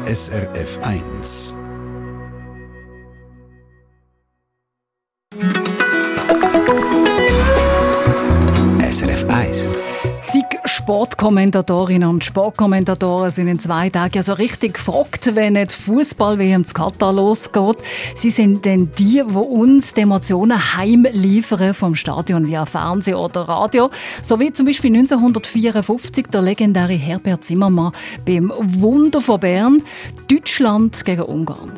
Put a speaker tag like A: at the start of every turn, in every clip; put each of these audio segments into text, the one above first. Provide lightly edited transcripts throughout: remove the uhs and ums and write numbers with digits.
A: SRF 1.
B: SRF 1.
C: Zig Sportkommentatorinnen und Sportkommentatoren sind in 2 Tagen ja so richtig gefragt, wenn nicht Fußball-WM in Katar losgeht. Sie sind denn die uns die Emotionen heimliefern vom Stadion via Fernsehen oder Radio. So wie zum Beispiel 1954 der legendäre Herbert Zimmermann beim Wunder von Bern, Deutschland gegen Ungarn.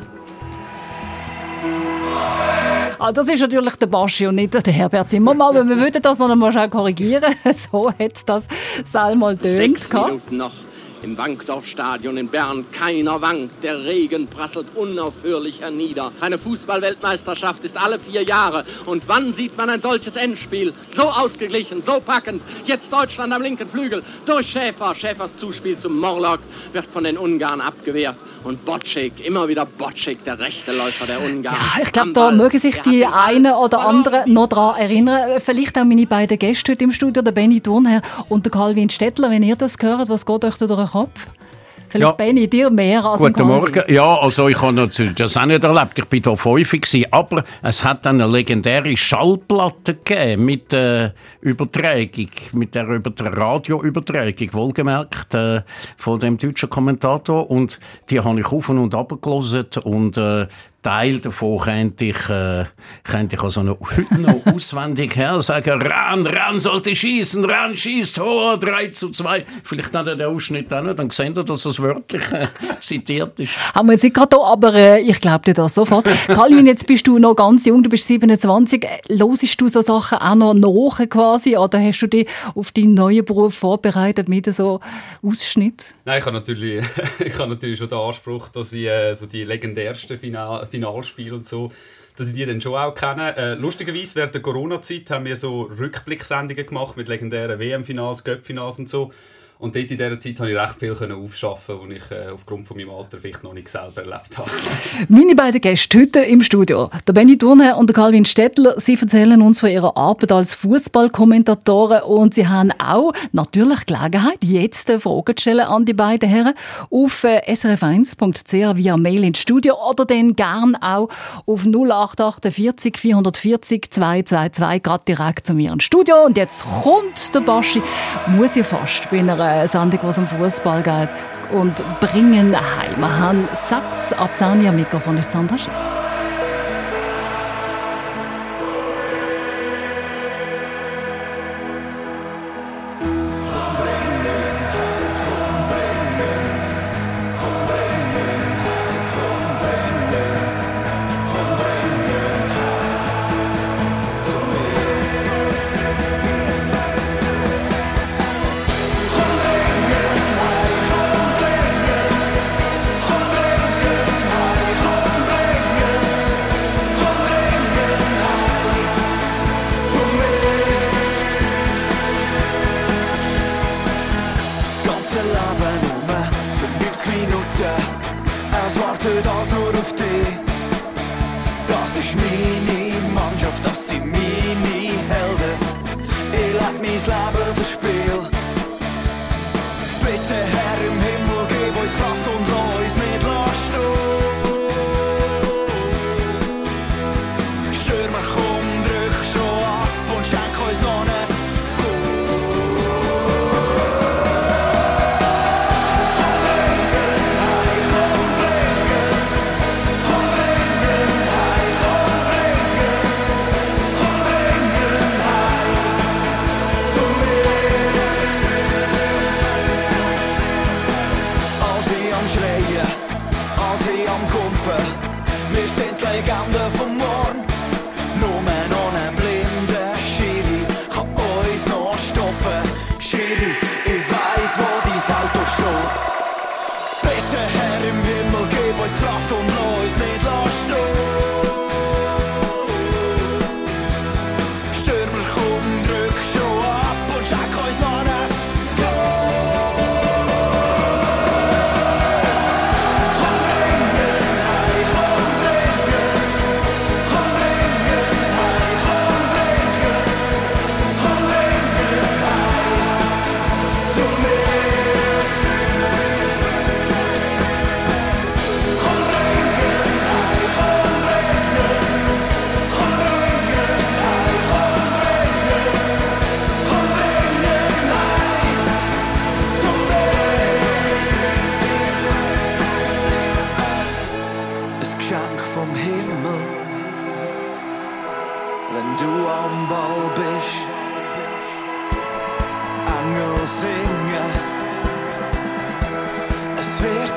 C: Das ist natürlich der Baschi und nicht der Herbert Zimmermann, aber wir würden das noch einmal schnell korrigieren. So hat das einmal tönt.
D: 6 Minuten noch im Wankdorfstadion in Bern. Keiner wankt, der Regen prasselt unaufhörlich hernieder. Eine Fußball-Weltmeisterschaft ist alle 4 Jahre. Und wann sieht man ein solches Endspiel? So ausgeglichen, so packend. Jetzt Deutschland am linken Flügel durch Schäfer. Schäfers Zuspiel zum Morlock wird von den Ungarn abgewehrt. Und Bocek, immer wieder Bocek, der rechte Läufer der Ungarn.
C: Ja, ich glaube, da mögen sich die einen oder anderen noch daran erinnern. Vielleicht auch meine beiden Gäste heute im Studio, der Benny Thurnherr und der Calvin Stettler. Wenn ihr das hört, was geht euch da durch den Kopf? Vielleicht, ja. Benny, dir mehr als
E: Guten Morgen. Ja, also ich habe das auch nicht erlebt. Ich bin da häufig gewesen, aber es hat eine legendäre Schallplatte gegeben mit Übertragung, mit der Radioübertragung, wohlgemerkt, von dem deutschen Kommentator. Und die habe ich auf und ab gelesen und Teil davon könnte ich also noch heute noch auswendig her sagen, Ran sollte schießen, Ran schießt, Tor, 3:2. Vielleicht hat er den Ausschnitt auch nicht, dann sehen wir, dass es wörtlich zitiert ist.
C: Haben wir jetzt nicht gerade da, aber ich glaube dir das sofort. Calvin, jetzt bist du noch ganz jung, du bist 27. Hörst du so Sachen auch noch nach quasi, oder hast du dich auf deinen neuen Beruf vorbereitet mit so Ausschnitt?
F: Nein, ich habe natürlich schon den Anspruch, dass ich so die legendärsten Finalspiele und so, dass ich die dann schon auch kenne. Lustigerweise, während der Corona-Zeit haben wir so Rückblicksendungen gemacht mit legendären WM-Finals, Cup-Finals und so. Und dort in dieser Zeit konnte ich recht viel aufschaffen, was ich aufgrund von meinem Alter vielleicht noch nicht selber erlebt habe.
C: Meine beiden Gäste heute im Studio, der Benny Thurnherr und der Calvin Stettler, sie erzählen uns von ihrer Arbeit als Fußballkommentatoren und sie haben auch natürlich Gelegenheit, jetzt Fragen zu stellen an die beiden Herren auf srf1.ch via Mail ins Studio oder dann gern auch auf 0848 440 222 gerade direkt zu mir ins Studio. Und jetzt kommt der Baschi, muss ich fast bei einer Sendung, was um Fußball geht, und bringen heim. Wir haben 6 ab 10 Uhr. Mikrofon ist Sandra Schiess.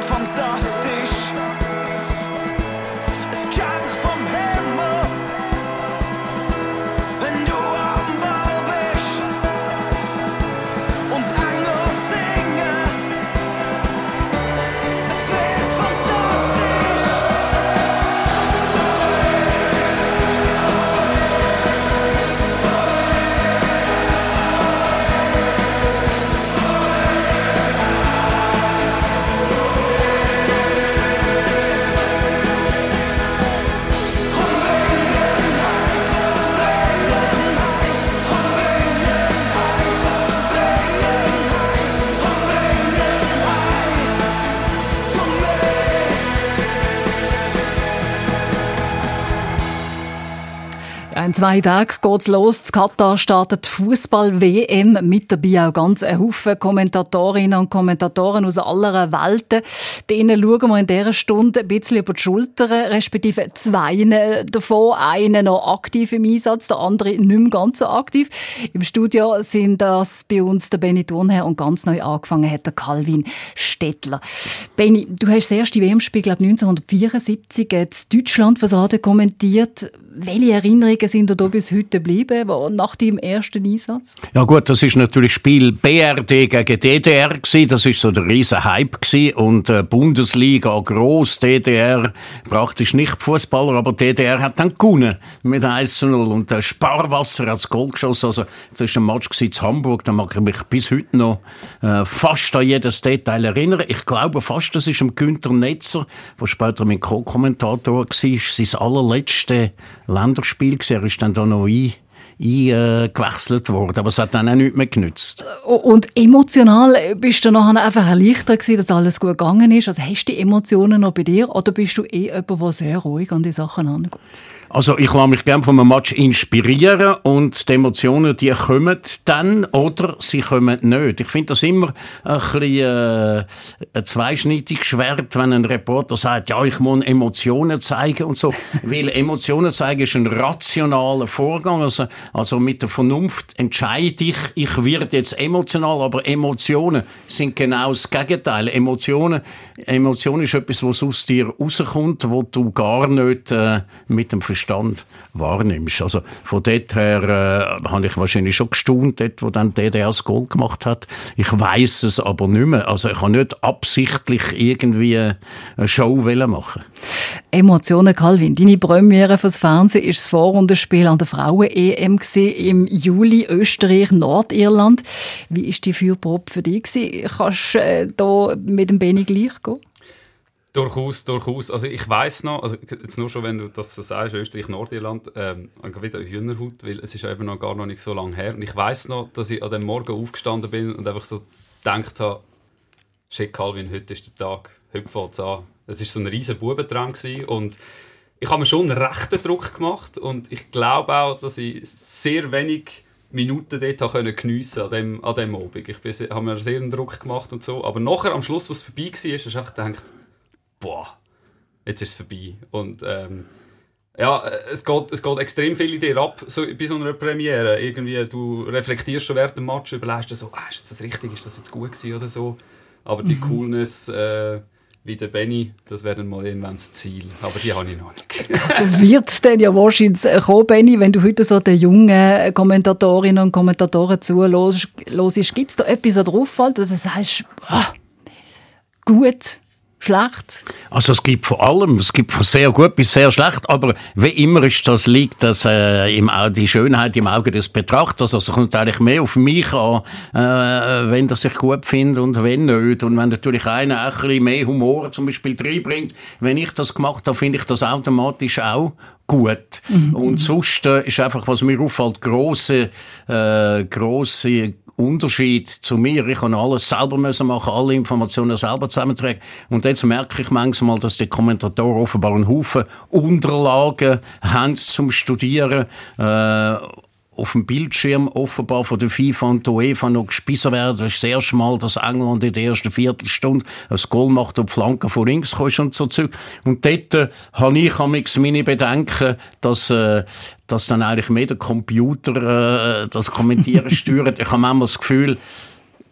G: fantastisch. Es Geschenk vom Himmel, wenn du am Ball bist und Engel singen. Es wird fantastisch.
C: In 2 Tagen geht's los. In Katar startet die Fußball-WM. Mit dabei auch ganz ein Haufen Kommentatorinnen und Kommentatoren aus aller Welten. Denen schauen wir in dieser Stunde ein bisschen über die Schulter, respektive 2 davon. Einen noch aktiv im Einsatz, der andere nicht mehr ganz so aktiv. Im Studio sind das bei uns der Benny Thurnherr und ganz neu angefangen hat der Calvin Stettler. Benny, du hast das erste WM-Spiel, glaube ich, 1974 in Deutschland fürs Radio kommentiert. Welche Erinnerungen sind dir da bis heute geblieben, nach deinem ersten Einsatz?
E: Ja gut, das ist natürlich Spiel BRD gegen DDR gewesen. Das ist so der riesen Hype gewesen. Und Bundesliga, gross, DDR, praktisch nicht Fußballer, aber DDR hat dann gewonnen mit 1:0 und Sparwasser als Goal geschossen. Also das war ein Match in Hamburg, da mag ich mich bis heute noch fast an jedes Detail erinnern. Ich glaube fast, das ist Günther Netzer, der später mein Co-Kommentator war, sein allerletztes Länderspiel gewesen. Er ist dann da noch eingewechselt worden, aber es hat dann auch nichts mehr genützt.
C: Und emotional bist du nachher einfach erleichtert gewesen, dass alles gut gegangen ist? Also hast du die Emotionen noch bei dir oder bist du jemand, der sehr ruhig an die Sachen angeht?
E: Also ich lasse mich gerne von einem Match inspirieren und die Emotionen, die kommen dann oder sie kommen nicht. Ich finde das immer ein bisschen ein zweischneidiges Schwert, wenn ein Reporter sagt, ja, ich muss Emotionen zeigen und so. Weil Emotionen zeigen ist ein rationaler Vorgang. Also mit der Vernunft entscheide ich werde jetzt emotional, aber Emotionen sind genau das Gegenteil. Emotion ist etwas, was aus dir rauskommt, wo du gar nicht mit dem Verstand wahrnimmst. Also von dort her habe ich wahrscheinlich schon gestaunt, dort, wo dann DDR das Goal gemacht hat. Ich weiss es aber nicht mehr. Also ich habe nicht absichtlich irgendwie eine Show machen.
C: Emotionen, Calvin. Deine Premiere fürs Fernsehen ist das Vorrundenspiel an der Frauen-EM im Juli, Österreich, Nordirland. Wie war die Feuerprobe für dich? Kannst du da mit dem Benny gleich gehen?
F: Durchaus. Also ich weiss noch, also jetzt nur schon, wenn du das so sagst, Österreich, Nordirland, wieder Hühnerhaut, weil es ist eben noch gar noch nicht so lange her. Und ich weiss noch, dass ich an dem Morgen aufgestanden bin und einfach so gedacht habe, shit, Calvin, heute ist der Tag, heute fängt's an. Es war so ein riesen Bubentraum und ich habe mir schon einen rechten Druck gemacht und ich glaube auch, dass ich sehr wenig Minuten dort geniessen konnte an dem Abend. Ich habe mir sehr einen Druck gemacht und so. Aber nachher, am Schluss, was es vorbei war, hast du einfach gedacht, boah, jetzt ist es vorbei. Und es geht extrem viel in dir ab, so bei so einer Premiere. Irgendwie, du reflektierst schon während dem Match, überlegst dir so, ist das richtig, ist das jetzt gut gewesen oder so. Aber die Coolness, wie der Benny, das wäre dann mal irgendwann das Ziel. Aber die habe ich noch nicht.
C: Das wird es dann ja wahrscheinlich kommen, Benny, wenn du heute so den jungen Kommentatorinnen und Kommentatoren zuhörst. Gibt es da etwas, das drauf fällt, dass du sagst, gut, schlecht?
E: Also es gibt von allem, es gibt von sehr gut bis sehr schlecht, aber wie immer ist das liegt das die Schönheit im Auge des Betrachters. Also es kommt eigentlich mehr auf mich an, wenn das sich gut findet und wenn nicht. Und wenn natürlich einer auch ein bisschen mehr Humor zum Beispiel reinbringt, wenn ich das gemacht habe, finde ich das automatisch auch gut. Und sonst ist einfach, was mir auffällt, grosse Unterschied zu mir. Ich kann alles selber machen, alle Informationen selber zusammentragen. Und jetzt merke ich manchmal, dass die Kommentatoren offenbar einen Haufen Unterlagen haben zum Studieren. Auf dem Bildschirm offenbar von der FIFA und der UEFA noch gespissen werden. Das ist das erste Mal, dass England in der ersten Viertelstunde ein Goal macht und die Flanke von links kommt und so Zeug. Und dort habe ich meine Bedenken, dass dann eigentlich mehr der Computer das Kommentieren steuert. Ich habe manchmal das Gefühl,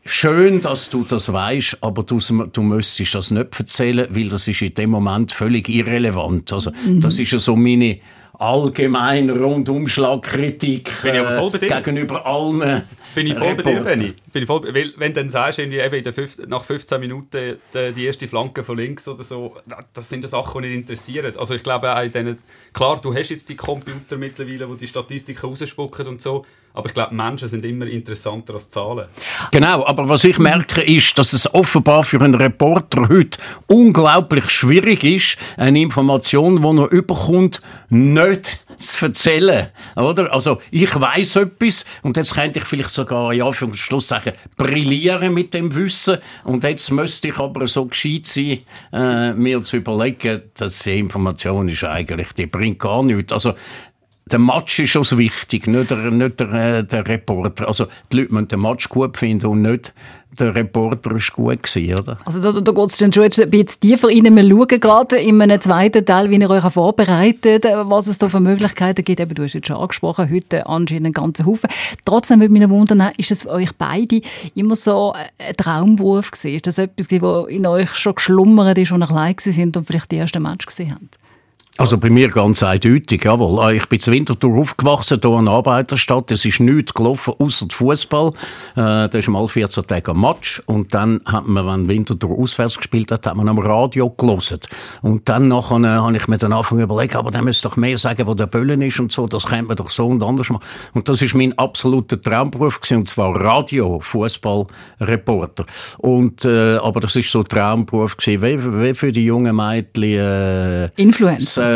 E: schön, dass du das weisst, aber du müsstest das nicht erzählen, weil das ist in dem Moment völlig irrelevant. Also, das ist ja so meine allgemeine Rundumschlagkritik gegenüber allen.
F: Bin ich voll bei dir, Benni. Weil, wenn du dann sagst, irgendwie eben nach 15 Minuten die erste Flanke von links oder so, das sind Sachen, die nicht interessieren. Also ich glaube auch in denen, klar, du hast jetzt die Computer mittlerweile, die Statistiken rausspucken und so, aber ich glaube, Menschen sind immer interessanter als Zahlen. Genau, aber was ich merke, ist, dass es offenbar für einen Reporter heute unglaublich schwierig ist, eine Information, die er überkommt, nicht zu erzählen. Oder? Also, ich weiss etwas und jetzt könnte ich vielleicht sogar, ja, für den Schluss sagen, brillieren mit dem Wissen und jetzt müsste ich aber so gescheit sein, mir zu überlegen, dass die Information ist eigentlich, die bringt gar nichts. Also, der Match ist schon wichtig, nicht der Reporter. Also, die Leute müssen den Match gut finden und nicht der Reporter ist gut gewesen, oder? Also, da geht es dann schon jetzt ein bisschen tiefer rein. Wir schauen gerade in einem zweiten Teil, wie ihr euch vorbereitet, was es da für Möglichkeiten gibt. Eben, du hast jetzt schon angesprochen, heute anscheinend einen ganzen Haufen. Trotzdem würde mich wundern, ist es für euch beide immer so ein Traumberuf gewesen? Ist das etwas, was in euch schon geschlummert ist, als ihr klein sind und vielleicht die ersten Match gesehen habt? Also bei mir ganz eindeutig, jawohl. Ich bin in Winterthur aufgewachsen, hier in Arbeiterstadt. Es ist nichts gelaufen, ausser Fußball. Da ist mal 14 Tage ein Match. Und dann hat man, wenn Winterthur auswärts gespielt hat, man am Radio gelesen. Und dann nachher habe ich mir dann angefangen zu überlegen, aber dann müsste doch mehr sagen, wo der Böllen ist und so. Das könnte man doch so und anders machen. Und das ist mein absoluter Traumberuf gewesen, und zwar Radio, Fußballreporter. Und, aber das ist so ein Traumberuf gewesen, wie für die jungen Mädchen, Influencer.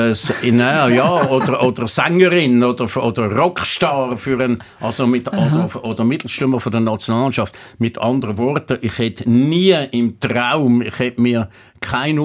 F: Oder Sängerin oder Rockstar oder Mittelstürmer von der Nationalmannschaft. Mit anderen Worten, ich hätte nie im Traum, ich hätte mir keine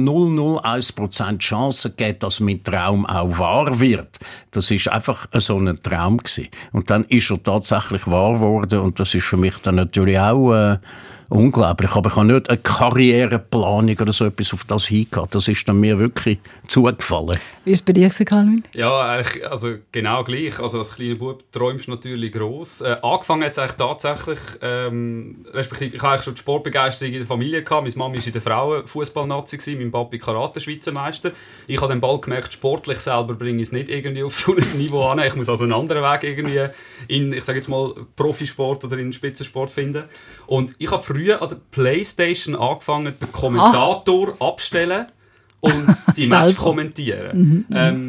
F: 0,001% Chance gegeben, dass mein Traum auch wahr wird. Das ist einfach so ein Traum gewesen. Und dann ist er tatsächlich wahr geworden und das ist für mich dann natürlich auch unglaublich. Aber ich habe nicht eine Karriereplanung oder so etwas auf das hingehabt. Das ist dann mir wirklich zugefallen. Wie war es bei dir, Calvin? Ja, also genau gleich. Also als kleiner Bub träumst du natürlich gross. Angefangen hat es eigentlich tatsächlich, respektive ich hatte eigentlich schon die Sportbegeisterung in der Familie gehabt. Meine Mama war in der Frauenfußball-Nazi, mein Papi Karate-Schweizermeister. Ich habe dann bald gemerkt, sportlich selber bringe ich es nicht irgendwie auf so ein Niveau an. Ich muss also einen anderen Weg irgendwie in, ich sage jetzt mal, Profisport oder in Spitzensport finden. Und ich habe früher an der Playstation angefangen, den Kommentator abstellen und die Match kommentieren.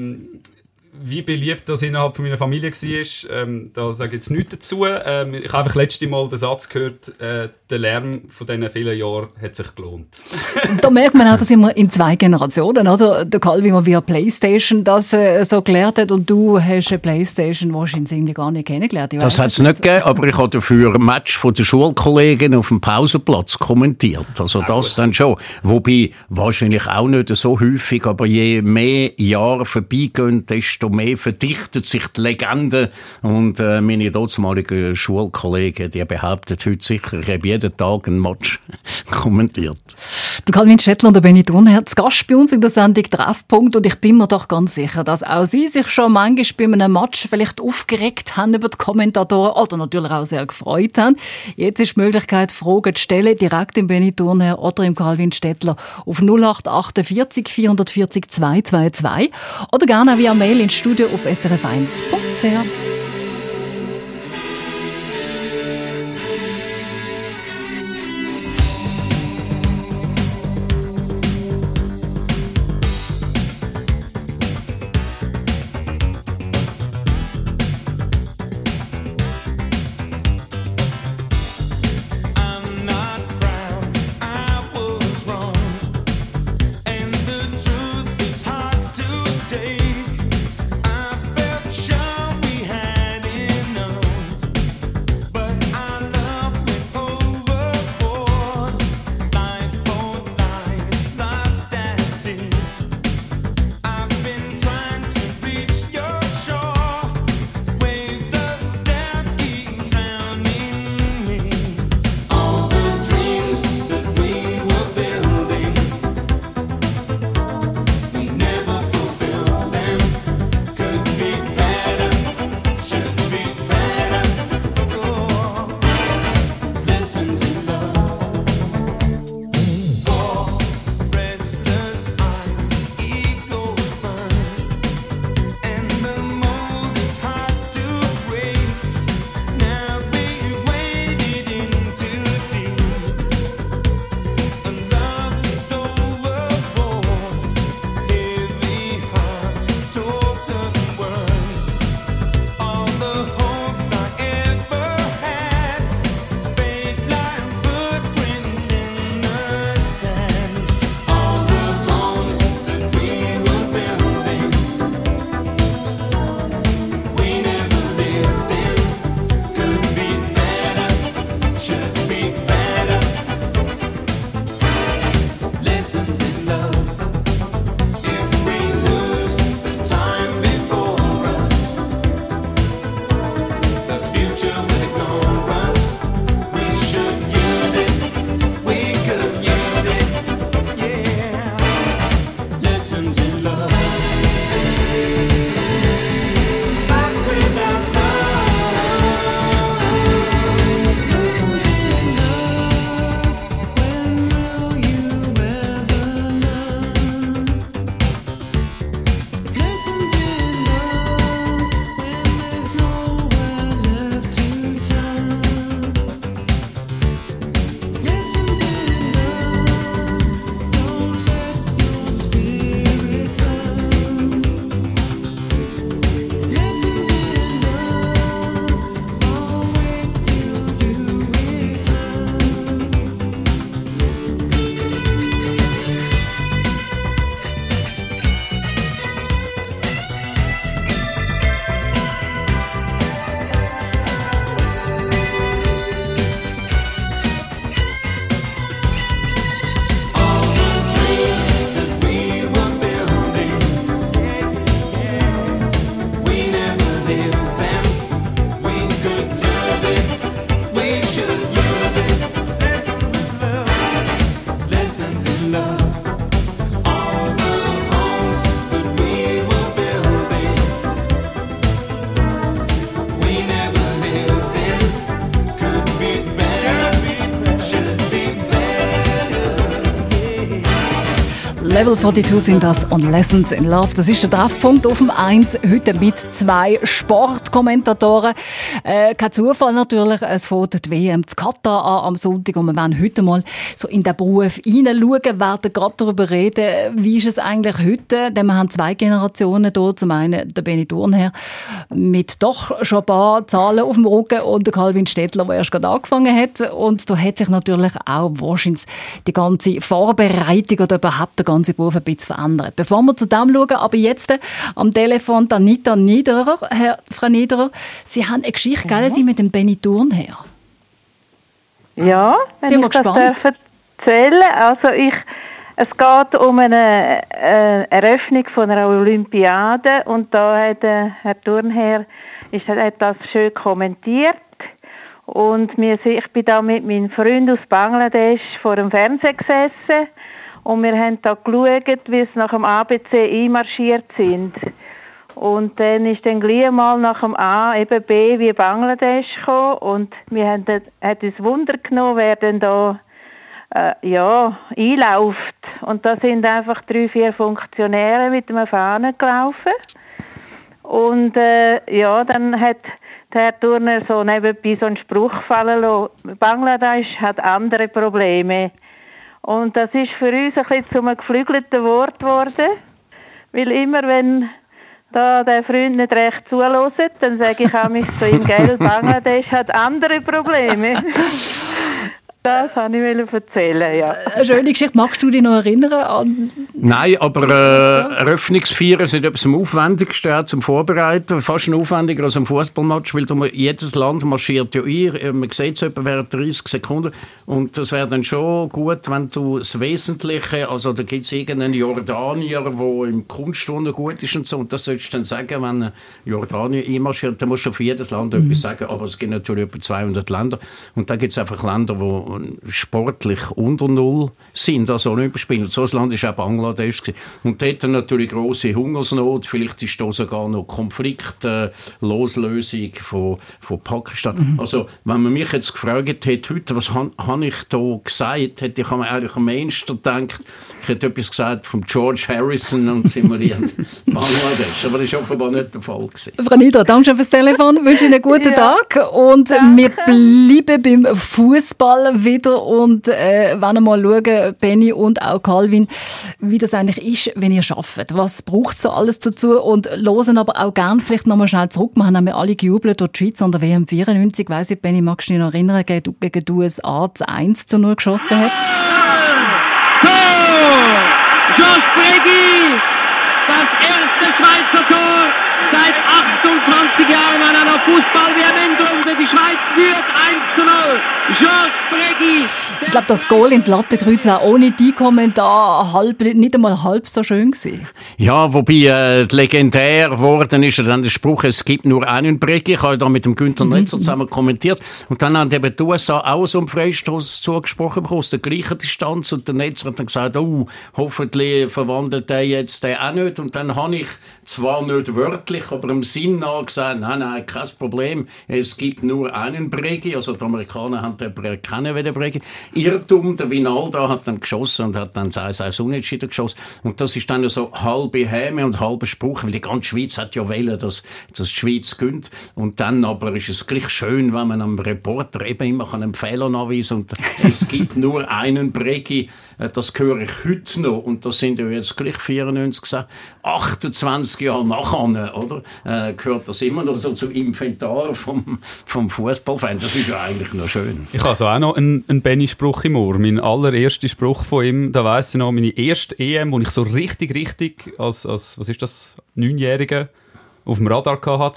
F: Wie beliebt das innerhalb von meiner Familie war, da sage ich jetzt nichts dazu. Ich habe einfach letztes Mal den Satz gehört, der Lärm von diesen vielen Jahren hat sich gelohnt. Da merkt man auch, dass immer in 2 Generationen, oder? Der Calvin, der via Playstation das so gelernt hat und du hast eine Playstation wahrscheinlich irgendwie gar nicht kennengelernt. Das hat es nicht gegeben, aber ich habe dafür ein Match von der Schulkollegin auf dem Pausenplatz kommentiert. Also das dann schon. Wobei wahrscheinlich auch nicht so häufig, aber je mehr Jahre vorbeigehen, desto mehr verdichtet sich die Legende. Und meine dortmaligen Schulkollegen, die behaupten heute sicher, ich habe jeden Tag ein Match kommentiert. Der Calvin Stettler und der Benni Thurnherr, zu Gast bei uns in der Sendung Treffpunkt. Und ich bin mir doch ganz sicher, dass auch Sie sich schon manchmal bei einem Match vielleicht aufgeregt haben über die Kommentatoren oder natürlich auch sehr gefreut haben. Jetzt ist die Möglichkeit, Fragen zu stellen, direkt im Benni Thurnherr oder im Calvin Stettler auf 0848 440 222 oder gerne via Mail ins Studio auf srf1.ch.
G: We had
C: Level 42 sind das und Lessons in Love. Das ist der Treffpunkt auf dem 1. Heute mit 2 Sportkommentatoren. Kein Zufall natürlich, es fängt die WM zu Katar an am Sonntag und wir werden heute mal so in den Beruf hineinschauen, werden gerade darüber reden, wie ist es eigentlich heute, denn wir haben 2 Generationen hier. Zum einen der Benny Thurnherr mit doch schon ein paar Zahlen auf dem Rücken und der Calvin Stettler, der erst gerade angefangen hat. Und da hat sich natürlich auch wahrscheinlich die ganze Vorbereitung oder überhaupt der ganze Beruf ein bisschen verändert. Bevor wir zu dem schauen, aber jetzt am Telefon Anita Niederer. Frau Niederer, Sie haben eine Geschichte, gell, Sie mit dem Benny Thurnherr.
H: Ja, wenn ich das erzählen. Also es geht um eine Eröffnung von einer Olympiade und da hat Herr Thurnherr hat das schön kommentiert. Und ich bin da mit meinem Freund aus Bangladesch vor dem Fernseher gesessen und wir haben da geschaut, wie sie nach dem ABC einmarschiert sind. Und dann ist dann gleich mal nach dem A eben B wie Bangladesch gekommen und wir haben hat uns Wunder genommen, wer denn da einläuft. Und da sind einfach 3-4 Funktionäre mit einem Fahnen gelaufen. Und dann hat der Herr Thurnherr so nebenbei so einen Spruch fallen lassen. Bangladesch hat andere Probleme. Und das ist für uns ein bisschen zu einem geflügelten Wort geworden. Weil immer, wenn da der Freund nicht recht zuhört, dann sage ich auch mich zu ihm, gell, Bangladesch hat andere Probleme. Das wollte ich erzählen, ja.
C: Eine schöne Geschichte. Magst du dich noch erinnern an...
E: Nein, aber Eröffnungsfeiern sind etwas am aufwendigsten zum Vorbereiten. Fast noch aufwendiger als ein Fußballmatch, weil jedes Land marschiert ja ein. Man sieht es etwa während 30 Sekunden. Und das wäre dann schon gut, wenn du das Wesentliche, also da gibt es irgendeinen Jordanier, der im Kunstturnen gut ist und so. Und das solltest du dann sagen, wenn ein Jordanier einmarschiert, dann musst du für jedes Land etwas sagen. Aber es gibt natürlich etwa 200 Länder. Und da gibt es einfach Länder, die sportlich unter Null sind, also Olympisch spielen. So ein Land war auch Bangladesch. Und dort natürlich grosse Hungersnot, vielleicht ist da sogar noch Konfliktloslösung von Pakistan. Also, wenn man mich jetzt gefragt hätte, heute, was habe ich da gesagt, hätte ich eigentlich am ehesten gedacht, ich hätte etwas gesagt von George Harrison und simuliert Bangladesch. Aber das war offenbar nicht der Fall gewesen.
C: Frau Niederer, danke schön fürs Telefon, ich wünsche Ihnen einen guten Tag und wir bleiben beim Fußball wieder und wollen mal schauen, Benny und auch Calvin, wie das eigentlich ist, wenn ihr arbeitet. Was braucht es da alles dazu? Und hören aber auch gerne vielleicht noch mal schnell zurück. Wir haben nämlich alle gejubelt durch die Schweiz an der WM 94. Weiss ich, Benny, magst du dich noch erinnern, gegen die USA 1:0 geschossen hat?
D: Tor! Josh Brady! Das erste Schweizer Tor seit 28 Jahren an einer Fußball-WM in Grunde. Die Schweiz führt 1:0. Georges Bregui.
C: Ich glaube, das Goal ins Lattenkreuz war ohne die Kommentar nicht einmal halb so schön gewesen.
E: Ja, wobei legendär geworden ist dann der Spruch, es gibt nur einen Bregui. Ich habe da mit dem Günther Netzer zusammen kommentiert. Und dann haben eben die USA auch so einen Freistoß zugesprochen bekommen, aus der gleichen Distanz. Und der Netzer hat dann gesagt, hoffentlich verwandelt der jetzt den auch nicht. Und dann habe ich zwar nicht wörtlich, aber im Sinn nach gesagt, nein, kein Problem. Es gibt nur einen Bregui. Also die Amerikaner haben den erkennen wie den Bregui. Irrtum, der Vinalda hat dann geschossen und hat dann 2-1 unentschieden geschossen. Und das ist dann so halbe Häme und halber Spruch, weil die ganze Schweiz hat ja wollen, dass die Schweiz gönnt. Und dann aber ist es gleich schön, wenn man einem Reporter eben immer einen Fehler nachweisen kann. Und es gibt nur einen Bregui. Das höre ich heute noch. Und das sind ja jetzt gleich 94 gesagt. 28 Jahre nachher, oder? Gehört das immer noch so zum Inventar vom Fußballfan. Das ist ja eigentlich noch schön.
F: Ich habe also auch noch einen Benny-Spruch im Ohr. Mein allererster Spruch von ihm, da weiss ich noch, meine erste EM, wo ich so richtig als was ist das, 9-Jährige auf dem Radar hatte,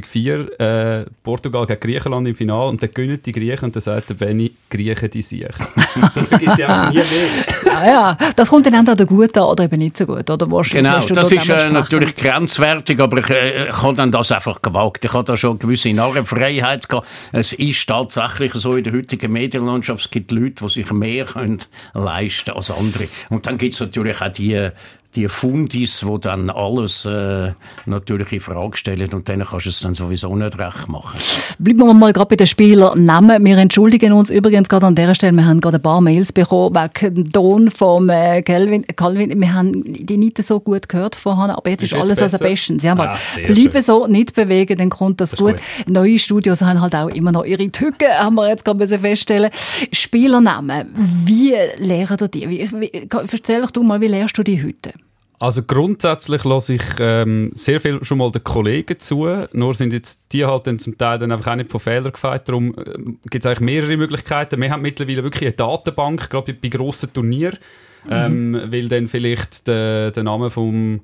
F: 2004, Portugal gegen Griechenland im Finale und dann gewinnen die Griechen und dann sagt der Benny, Griechen die Sieg. Das vergisst ich auch nie mehr.
C: Ja, das kommt dann entweder gut an oder eben nicht so gut. Oder
E: genau, das ist natürlich grenzwertig, aber ich habe dann das einfach gewagt. Ich habe da schon eine gewisse Narrenfreiheit gehabt. Es ist tatsächlich so in der heutigen Medienlandschaft, es gibt Leute, die sich mehr leisten können als andere. Und dann gibt es natürlich auch die Fundis, die dann alles natürlich in Frage stellen und denen kannst du es dann sowieso nicht recht machen.
C: Bleiben wir mal gerade bei den Spielernamen. Wir entschuldigen uns übrigens gerade an dieser Stelle. Wir haben gerade ein paar Mails bekommen wegen dem Ton von Calvin. Wir haben die nicht so gut gehört vorher, aber jetzt ist alles besser? Also bestens. Ja, bleiben so, nicht bewegen, dann kommt das gut. Neue Studios haben halt auch immer noch ihre Tücken, haben wir jetzt gerade feststellen. Spielernamen, wie lernt ihr die? Erzähl doch du mal, wie lernst du die heute?
F: Also grundsätzlich lasse ich sehr viel schon mal den Kollegen zu, nur sind jetzt die halt dann zum Teil dann einfach auch nicht von Fehlern gefeit, darum gibt es eigentlich mehrere Möglichkeiten. Wir haben mittlerweile wirklich eine Datenbank, gerade bei grossen Turnieren, weil dann vielleicht der Name vom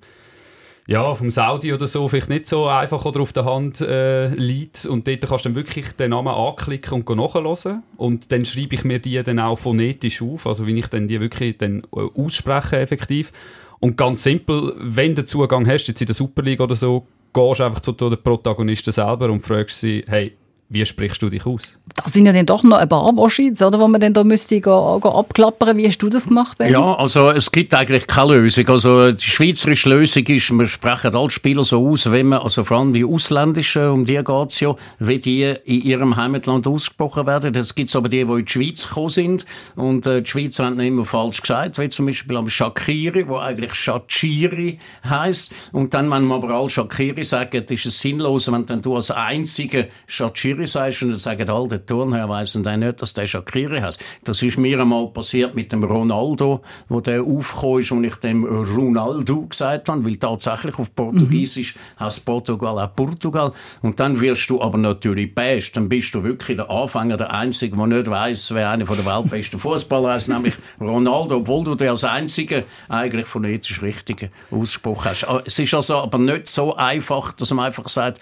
F: Saudi oder so vielleicht nicht so einfach oder auf der Hand liegt und dort kannst du dann wirklich den Namen anklicken und nachhören und dann schreibe ich mir die dann auch phonetisch auf, also wie ich dann die wirklich dann ausspreche effektiv. Und ganz simpel, wenn du Zugang hast, jetzt in der Superliga oder so, gehst du einfach zu den Protagonisten selber und fragst sie, hey, wie sprichst du dich aus?
C: Das sind ja dann doch noch ein paar Waschits, oder, wo man dann da müsste abklappern. Wie hast du das gemacht, Benni?
E: Ja, also es gibt eigentlich keine Lösung. Also die schweizerische Lösung ist, wir sprechen alle Spieler so aus, wenn man, also vor allem die ausländischen, um die geht es ja, wie die in ihrem Heimatland ausgesprochen werden. Es gibt aber die in die Schweiz gekommen sind und die Schweizer haben immer falsch gesagt, wie zum Beispiel am Shaqiri, wo eigentlich Shaqiri heisst. Und dann, wenn man aber alle Shaqiri sagen, ist es sinnlos, wenn dann du als einziger Shaqiri sagst und dann sagen alle, der Turnherr weiss dann nicht, dass der Shaqiri heißt. Das ist mir einmal passiert mit dem Ronaldo, wo der aufgekommen ist und ich dem Ronaldo gesagt habe, weil tatsächlich auf Portugiesisch heißt Portugal auch Portugal. Und dann wirst du aber natürlich best, dann bist du wirklich der Anfänger, der Einzige, der nicht weiss, wer einer der weltbesten Fußballer ist, nämlich Ronaldo, obwohl du den als Einziger eigentlich phonetisch richtigen Ausspruch hast. Es ist also aber nicht so einfach, dass man einfach sagt,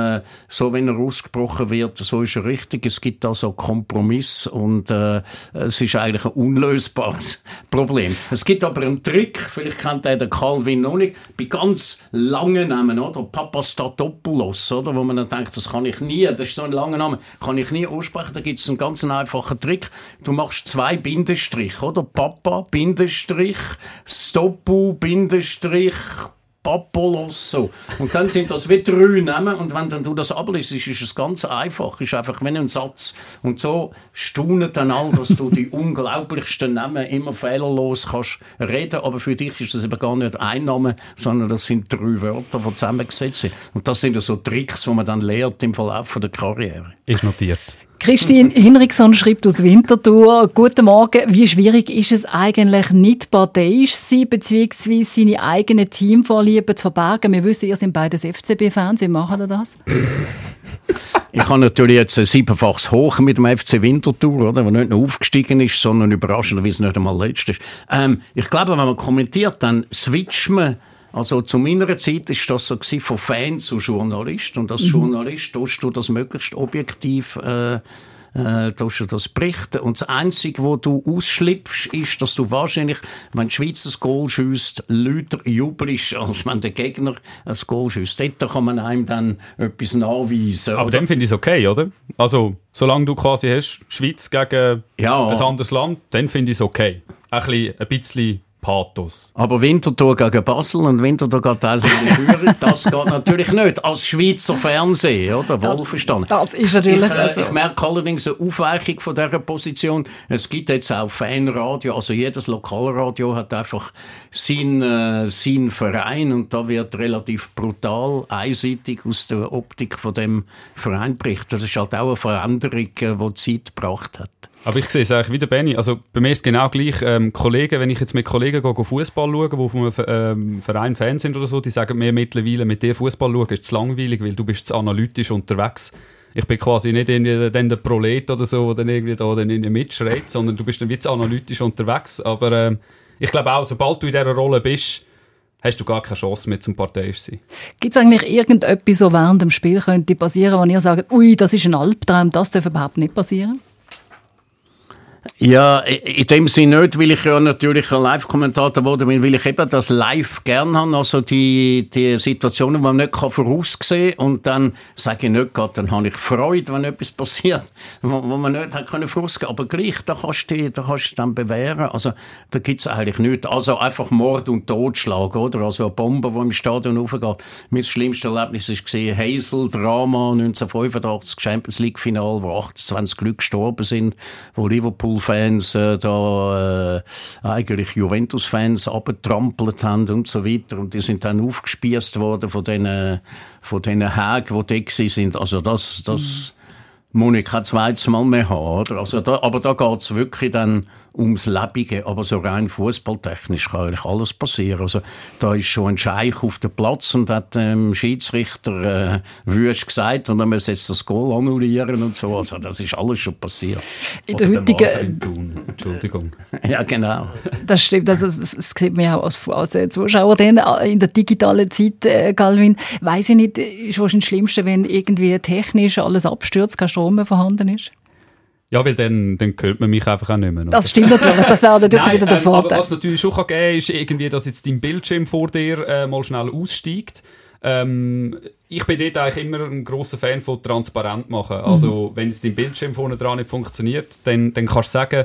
E: so wenn er ausgesprochen wird, so ist er richtig. Es gibt da so Kompromiss und es ist eigentlich ein unlösbares Problem. Es gibt aber einen Trick, vielleicht kennt der Calvin noch nicht, bei ganz langen Namen, oder? Papastatopoulos, oder? Wo man dann denkt, das kann ich nie, das ist so ein langer Name, kann ich nie aussprechen. Da gibt es einen ganz einfachen Trick. Du machst 2 Bindestriche, oder? Papa, Bindestrich, Stoppu, Bindestrich, Papolosso. Und dann sind das wie 3 Namen und wenn dann du das abliest, ist es ganz einfach. Ist einfach wie ein Satz. Und so staunen dann all, dass du die unglaublichsten Namen immer fehlerlos kannst reden. Aber für dich ist das eben gar nicht ein Name, sondern das sind 3 Wörter, die zusammengesetzt sind. Und das sind ja so Tricks, die man dann lernt im Verlauf der Karriere.
F: Ist notiert.
C: Christine Hinrichsson schreibt aus Winterthur: Guten Morgen, wie schwierig ist es eigentlich, nicht parteiisch zu sein, beziehungsweise seine eigenen Teamvorlieben zu verbergen? Wir wissen, ihr seid beides FCB-Fans, wie machen ihr das?
E: Ich habe natürlich jetzt ein 7-faches Hoch mit dem FC Winterthur, oder, der nicht nur aufgestiegen ist, sondern überraschenderweise nicht einmal letzt ist. Ich glaube, wenn man kommentiert, dann switcht man Also zu meiner Zeit war das so von Fan zu Journalist. Und als Journalist tust du das möglichst objektiv tust du das berichten. Und das Einzige, wo du ausschlüpfst, ist, dass du wahrscheinlich, wenn die Schweiz ein Goal schiesst, lauter jubelst, als wenn der Gegner ein Goal schiesst. Dort kann man einem dann etwas nachweisen.
F: Aber dann finde ich es okay, oder? Also, solange du quasi hast, Schweiz gegen ein anderes Land, dann finde ich es okay. Ein bisschen Pathos.
E: Aber Winterthur gegen Basel und Winterthur gegen Eisenach, das geht natürlich nicht. Als Schweizer Fernsehen, oder? Wohlverstanden.
C: Das ist natürlich
E: ich merke allerdings eine Aufweichung von dieser Position. Es gibt jetzt auch Fanradio, also jedes Lokalradio hat einfach seinen Verein und da wird relativ brutal einseitig aus der Optik von dem Verein berichtet. Das ist halt auch eine Veränderung, die Zeit gebracht hat.
F: Aber ich sehe es eigentlich wie der Benni. Also bei mir ist es genau gleich. Kollegen, wenn ich jetzt mit Kollegen Fußball schaue, die vom Verein Fan sind oder so, die sagen mir mittlerweile, mit dir Fußball schauen ist zu langweilig, weil du bist zu analytisch unterwegs. Ich bin quasi nicht irgendwie dann der Prolet oder so, der irgendwie da dann mitschreit, sondern du bist dann wie zu analytisch unterwegs. Aber ich glaube auch, sobald du in dieser Rolle bist, hast du gar keine Chance mehr zum parteiisch sein.
C: Gibt es eigentlich irgendetwas, so während dem Spiel könnte passieren, wo ihr sagt, ui, das ist ein Albtraum, das darf überhaupt nicht passieren?
E: Ja, in dem Sinne nicht, weil ich ja natürlich ein Live-Kommentator wurde, weil ich eben das live gern habe, also die Situationen, die man nicht voraussehen kann und dann sage ich nicht gerade, dann habe ich Freude, wenn etwas passiert, wo man nicht hat können vorausgehen, aber gleich, da kannst du dann bewähren, also da gibt es eigentlich nichts, also einfach Mord und Totschlag, oder, also eine Bombe, die im Stadion raufgeht. Mein schlimmstes Erlebnis war Heysel-Drama 1985, Champions League-Final, wo 28 Leute gestorben sind, wo Liverpool-Fans eigentlich Juventus-Fans abgetrampelt haben und so weiter. Und die sind dann aufgespießt worden von diesen Hägen, die da sind. Also das muss ich kein zweites Mal mehr haben. Oder? Also aber da geht es wirklich dann ums Lebige. Aber so rein fußballtechnisch kann eigentlich alles passieren. Also da ist schon ein Scheich auf dem Platz und hat dem Schiedsrichter wüst gesagt und dann muss jetzt das Goal annullieren und so. Also das ist alles schon passiert.
C: In der heutigen...
F: Entschuldigung.
E: Ja, genau.
C: Das stimmt. Also, das sieht man ja auch als Zuschauer dann in der digitalen Zeit, Galvin. Weiss ich nicht, ist wahrscheinlich das Schlimmste, wenn irgendwie technisch alles abstürzt, kein Strom mehr vorhanden ist?
F: Ja, weil dann hört man mich einfach auch nicht mehr. Oder?
C: Das stimmt natürlich, das wäre natürlich wieder der Vorteil.
F: Aber was natürlich schon geben kann, ist irgendwie, dass jetzt dein Bildschirm vor dir mal schnell aussteigt. Ich bin dort eigentlich immer ein grosser Fan von transparent machen. Also, wenn jetzt dein Bildschirm vorne dran nicht funktioniert, dann kannst du sagen,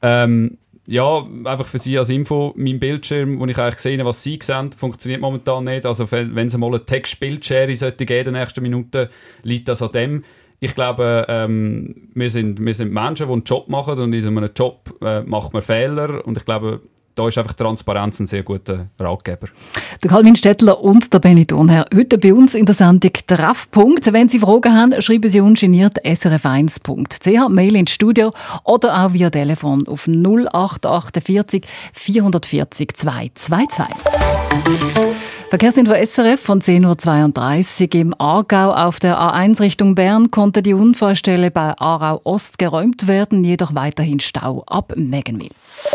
F: ja, einfach für Sie als Info, mein Bildschirm, wo ich eigentlich sehe, was Sie sehen, funktioniert momentan nicht. Also, wenn es mal eine Text-Bildschere sollte geben in den nächsten Minuten, liegt das an dem. Ich glaube, wir sind Menschen, die einen Job machen und in einem Job macht man Fehler und ich glaube, da ist einfach Transparenz ein sehr guter Ratgeber.
C: Der Calvin Stettler und der Benni Thurnherr heute bei uns in der Sendung Treffpunkt. Wenn Sie Fragen haben, schreiben Sie ungeniert srf1.ch, Mail ins Studio oder auch via Telefon auf 0848 440 222. Verkehrsinfo SRF von 10.32 Uhr. Im Aargau auf der A1 Richtung Bern konnte die Unfallstelle bei Aarau Ost geräumt werden, jedoch weiterhin Stau ab Meggenwil.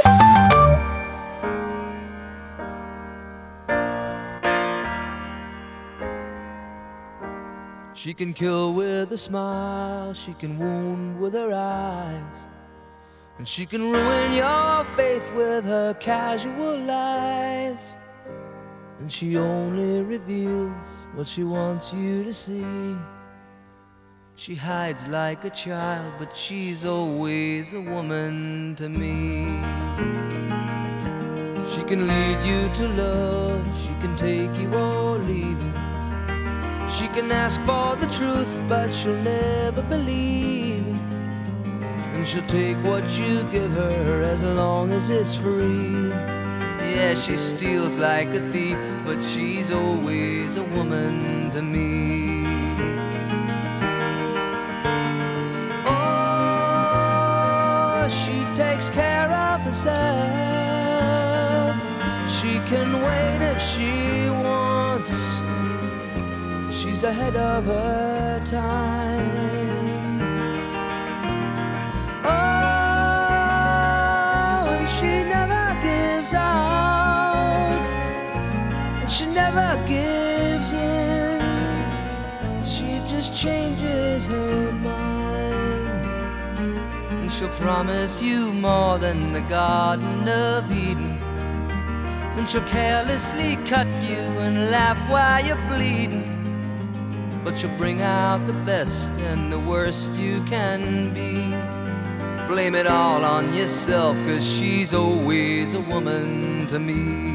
G: She can kill with a smile, she can wound with her eyes, and she can ruin your faith with her casual lies. And she only reveals what she wants you to see. She hides like a child, but she's always a woman to me. She can lead you to love, she can take you or leave you. She can ask for the truth, but she'll never believe. And she'll take what you give her as long as it's free. Yeah, she steals like a thief, but she's always a woman to me. Oh, she takes care of herself. She can wait if she wants. She's ahead of her time. Oh, and she never gives out. and she never gives in. She just changes her mind, and she'll promise you more than the Garden of Eden. Then she'll carelessly cut you and laugh while you're bleeding. But she'll bring out the best and the worst you can be. Blame it all on yourself, 'cause she's always a woman to me.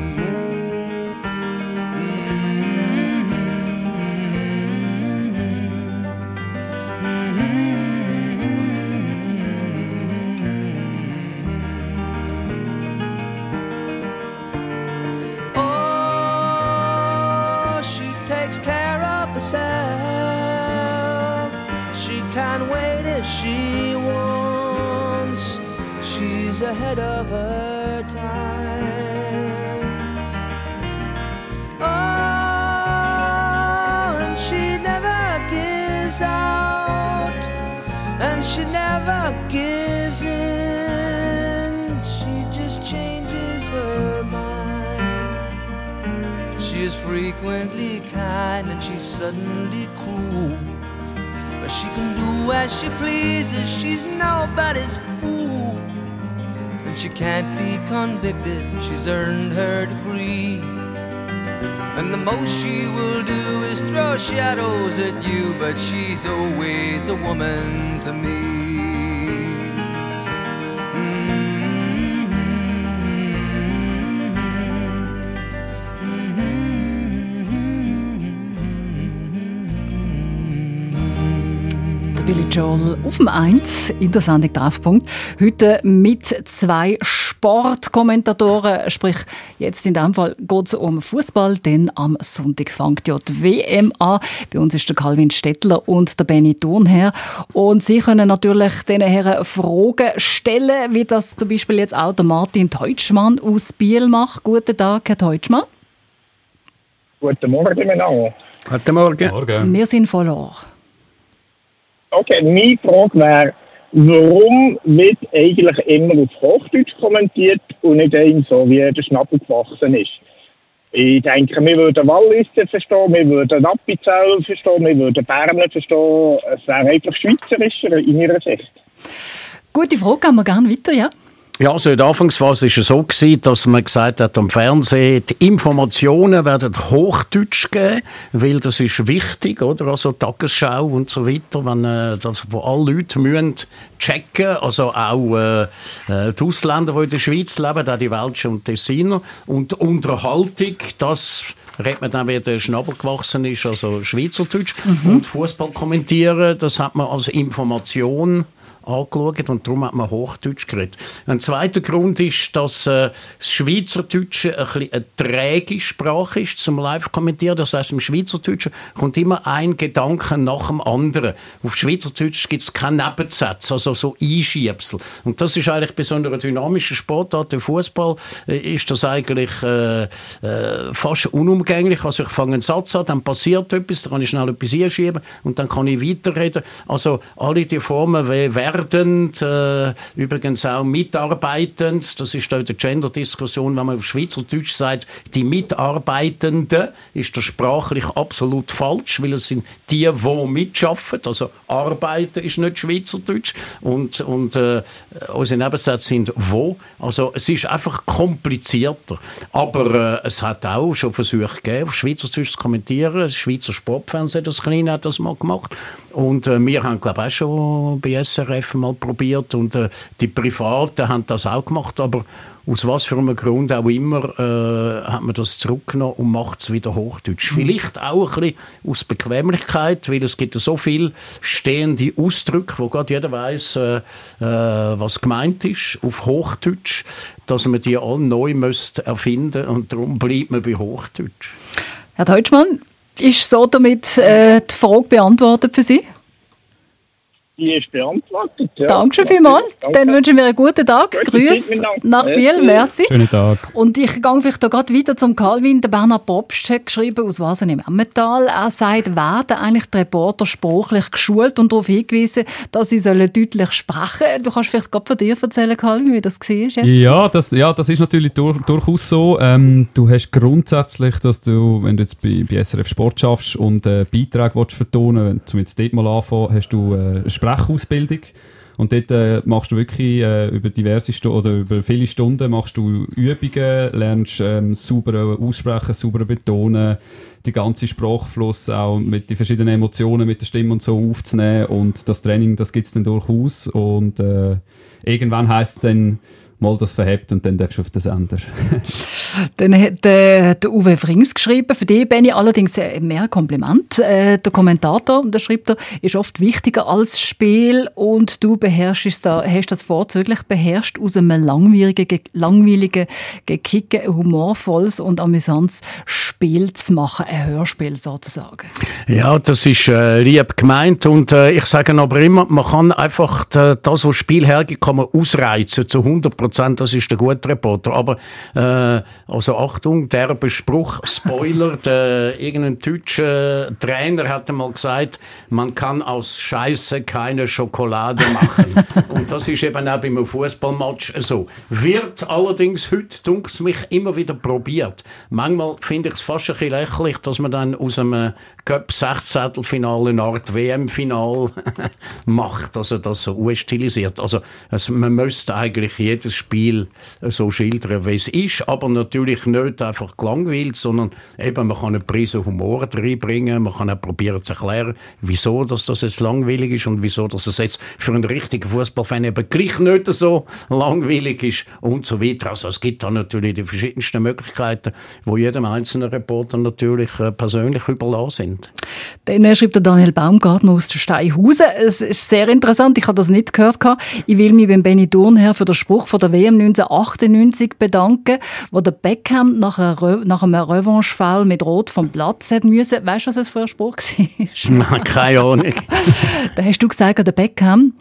G: She can't wait if she wants. She's ahead of her time. Oh, and she never gives out, and she never gives in. She just changes her mind. She is frequently kind and she's suddenly cruel. But she can do as she pleases, she's nobody's fool. And she can't be convicted, she's earned her degree. And the most she will do is throw shadows at you, but she's always a woman to me.
C: Billy Joel auf dem 1 in der Sendung Treffpunkt. Heute mit 2 Sportkommentatoren. Sprich, jetzt in diesem Fall geht es um Fußball, denn am Sonntag fängt ja die WM an. Bei uns ist der Calvin Stettler und der Benny Thurnherr. Und Sie können natürlich diesen Herren Fragen stellen, wie das zum Beispiel jetzt auch der Martin Teutschmann aus Biel macht. Guten Tag, Herr Teutschmann.
I: Guten Morgen, miteinander.
E: Guten Morgen.
C: Wir sind voll Ohr.
I: Okay, meine Frage wäre, warum wird eigentlich immer auf Hochdeutsch kommentiert und nicht einem so, wie der Schnabel gewachsen ist? Ich denke, wir würden Walliser verstehen, wir würden Appenzell verstehen, wir würden Berner verstehen. Es wäre einfach schweizerischer in meiner Sicht.
C: Gute Frage, gehen wir gerne weiter, ja?
E: Ja, also in der Anfangsphase war es so, dass man gesagt hat, am Fernsehen, die Informationen werden Hochdeutsch geben, weil das ist wichtig, oder? Also Tagesschau und so weiter, wenn, das, wo alle Leute müssen checken, also auch die Ausländer, die in der Schweiz leben, auch die Welschen und Tessiner. Und Unterhaltung, das redet man dann, wie der Schnabel gewachsen ist, also Schweizerdeutsch. Und Fußball kommentieren, das hat man als Information angeschaut und darum hat man Hochdeutsch geredet. Ein zweiter Grund ist, dass das Schweizerdeutsche eine träge Sprache ist zum Live-Kommentieren. Das heisst, im Schweizerdeutschen kommt immer ein Gedanke nach dem anderen. Auf Schweizerdeutsch gibt es keinen Nebensatz, also so Einschiebsel. Und das ist eigentlich bei so einer dynamischen Sportart, der Fußball, ist das eigentlich fast unumgänglich. Also ich fange einen Satz an, dann passiert etwas, dann kann ich schnell etwas einschieben und dann kann ich weiterreden. Also alle die Formen wie werdend, übrigens auch mitarbeitend, das ist auch die Gender-Diskussion, wenn man auf Schweizerdeutsch sagt, die Mitarbeitenden, ist das sprachlich absolut falsch, weil es sind die mitarbeiten, also arbeiten ist nicht Schweizerdeutsch und unsere Nebensätze sind wo, also es ist einfach komplizierter, aber es hat auch schon Versuche gegeben, auf Schweizerdeutsch zu kommentieren, das Schweizer Sportfernsehen, das Kleine hat das mal gemacht und wir haben glaube ich auch schon bei SRF mal probiert und die Privaten haben das auch gemacht, aber aus was für einem Grund auch immer hat man das zurückgenommen und macht es wieder Hochdeutsch. Vielleicht auch ein bisschen aus Bequemlichkeit, weil es gibt so viele stehende Ausdrücke, wo gerade jeder weiss, was gemeint ist, auf Hochdeutsch, dass man die alle neu erfinden und darum bleibt man bei Hochdeutsch.
C: Herr Teutschmann, ist so damit die Frage beantwortet für Sie?
I: die ist beantwortet. Ja.
C: Dankeschön vielmals. Dann wünschen wir einen guten Tag. Grüß nach Biel. Merci.
J: Schönen Tag.
C: Und ich gehe vielleicht gerade weiter zum Calvin. Der Bernhard Popst hat geschrieben, aus Wasen im Emmental. Er sagt, werden eigentlich die Reporter sprachlich geschult und darauf hingewiesen, dass sie deutlich sprechen sollen. Du kannst vielleicht gerade von dir erzählen, Calvin, wie das war jetzt?
J: Ja, das ist natürlich durchaus so. Du hast grundsätzlich, dass du, wenn du jetzt bei SRF Sport schaffst und Beiträge vertonen willst, wenn du jetzt dort mal anfangen, hast du eine Sprechausbildung. Und dort machst du wirklich über über viele Stunden machst du Übungen, lernst sauber aussprechen, sauber betonen, die ganze Sprachfluss auch mit den verschiedenen Emotionen, mit der Stimme und so aufzunehmen. Und das Training, das gibt es dann durchaus. Und irgendwann heisst es dann, mal das verhebt und dann darfst du auf den Sender.
C: Dann hat der Uwe Frings geschrieben, für dich, Benni, allerdings mehr Kompliment. Der Kommentator, der schreibt, ist oft wichtiger als Spiel und du hast das vorzüglich beherrscht, aus einem langweiligen Gekicke ein humorvolles und amüsantes Spiel zu machen, ein Hörspiel sozusagen.
E: Ja, das ist lieb gemeint und ich sage aber immer, man kann einfach das, was Spiel hergibt, kann man ausreizen zu 100%. Das ist der gute Reporter. Aber also Achtung, derber Spruch, Spoiler, irgendein deutscher Trainer hat einmal gesagt, man kann aus Scheiße keine Schokolade machen. Und das ist eben auch beim Fußballmatch so. Wird allerdings heute, dunkel mich, immer wieder probiert. Manchmal finde ich es fast ein bisschen lächerlich, dass man dann aus einem Cup-16-Finale eine Art WM-Final macht, also das so unstilisiert. Also man müsste eigentlich jedes Spiel so schildern, wie es ist, aber natürlich nicht einfach gelangweilt, sondern eben, man kann eine Prise Humor reinbringen, man kann auch probieren zu erklären, wieso dass das jetzt langweilig ist und wieso dass es jetzt für einen richtigen Fußballfan eben gleich nicht so langweilig ist und so weiter. Also es gibt da natürlich die verschiedensten Möglichkeiten, wo jedem einzelnen Reporter natürlich persönlich überlassen sind.
C: Dann schreibt der Daniel Baumgartner aus Steinhausen. Es ist sehr interessant, ich habe das nicht gehört. Ich will mich beim Benni Thurnherr für den Spruch von der WM 1998 bedanken, wo der Beckham nach einem Revanche-Foul mit Rot vom Platz hat müssen. Weißt du, was das für ein Spruch war?
E: Nein, keine Ahnung.
C: Da hast du gesagt, der Beckham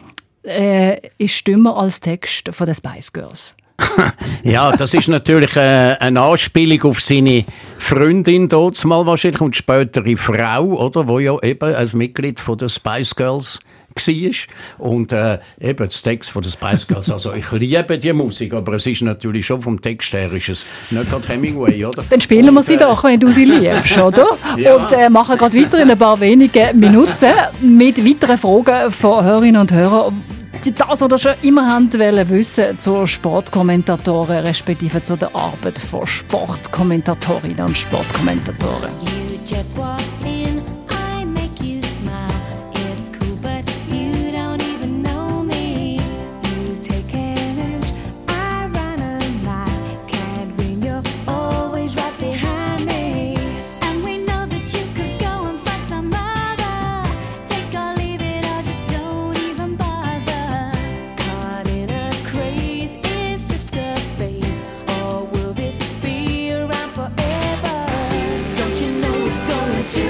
C: ist dümmer als Text von den Spice Girls.
E: Ja, das ist natürlich eine Anspielung auf seine Freundin dort mal wahrscheinlich und spätere Frau, oder, wo ja eben als Mitglied von der Spice Girls war. Und eben das Text von den Spice Girls, also ich liebe die Musik, aber es ist natürlich schon vom Text her ist es nicht gerade Hemingway, oder?
C: Dann spielen wir sie doch, wenn du sie liebst, oder? Ja. Und machen gerade weiter in ein paar wenigen Minuten mit weiteren Fragen von Hörerinnen und Hörern. Das, was ihr schon immer wissen zur Sportkommentatoren, respektive zu der Arbeit von Sportkommentatorinnen und Sportkommentatoren.
K: To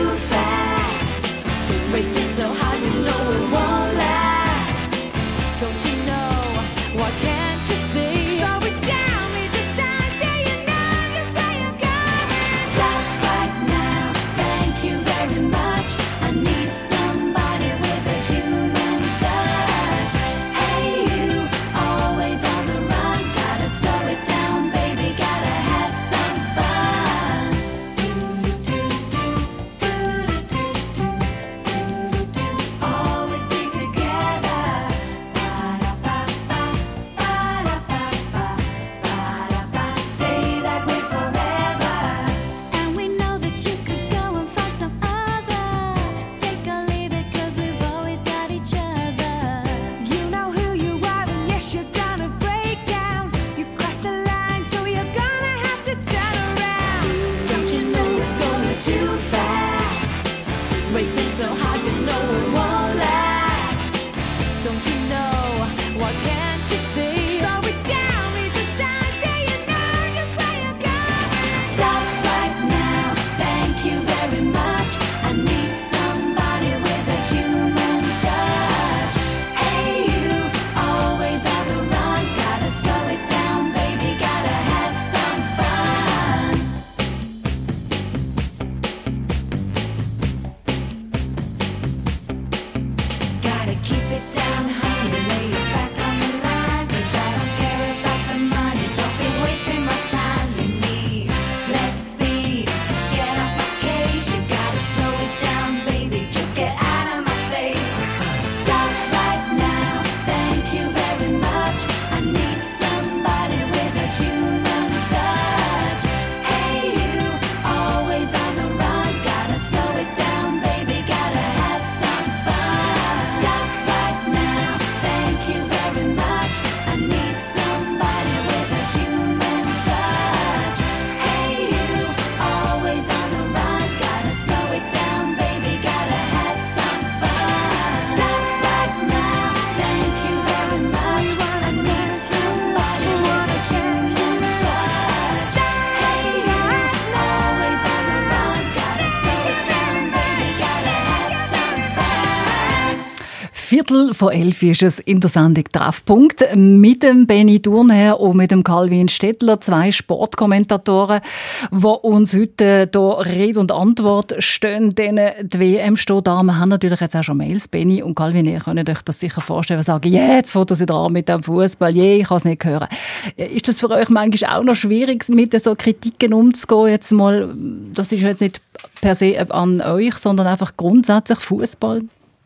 C: 10:15 ist es in der Sendung «Treffpunkt» mit dem Benny Thurnherr und mit dem Calvin Stettler, 2 Sportkommentatoren, die uns heute hier Rede und Antwort stehen. Denn die WM steht da. Wir haben natürlich jetzt auch schon Mails. Benny und Calvin, ihr könnt euch das sicher vorstellen und sagen, jetzt fährt sie dran mit dem Fußball, ich kann es nicht hören. Ist das für euch manchmal auch noch schwierig, mit so Kritiken umzugehen? Jetzt mal, das ist jetzt nicht per se an euch, sondern einfach grundsätzlich Fußball?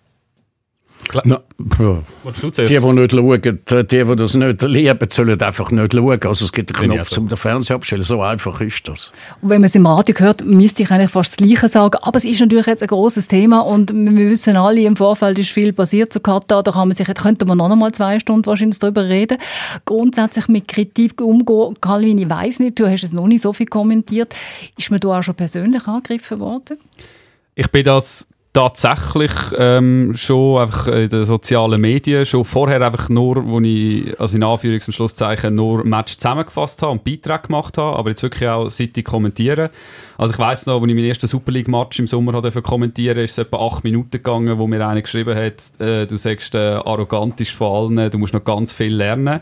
E: No, die nicht schauen, die das nicht lieben, sollen einfach nicht schauen. Also es gibt einen Knopf zum Fernseher abstellen, so einfach ist das.
C: Und wenn man es im Radio hört, müsste ich eigentlich fast das Gleiche sagen. Aber es ist natürlich jetzt ein grosses Thema und wir wissen alle, im Vorfeld ist viel passiert zu Katar. Da könnte man noch einmal 2 Stunden wahrscheinlich darüber reden. Grundsätzlich mit Kritik umgehen. Calvin, ich weiss nicht, du hast es noch nicht so viel kommentiert. Ist man da auch schon persönlich angegriffen worden?
J: Ich bin das tatsächlich schon einfach in den sozialen Medien, schon vorher einfach nur, wo ich, also in Anführungs- und Schlusszeichen, nur Match zusammengefasst habe und Beiträge gemacht habe, aber jetzt wirklich auch seit ich kommentiere. Also ich weiss noch, als ich meinen ersten Super League-Match im Sommer kommentieren durfte, ist es etwa 8 Minuten gegangen, wo mir einer geschrieben hat, du sagst, arrogant ist von allen, du musst noch ganz viel lernen.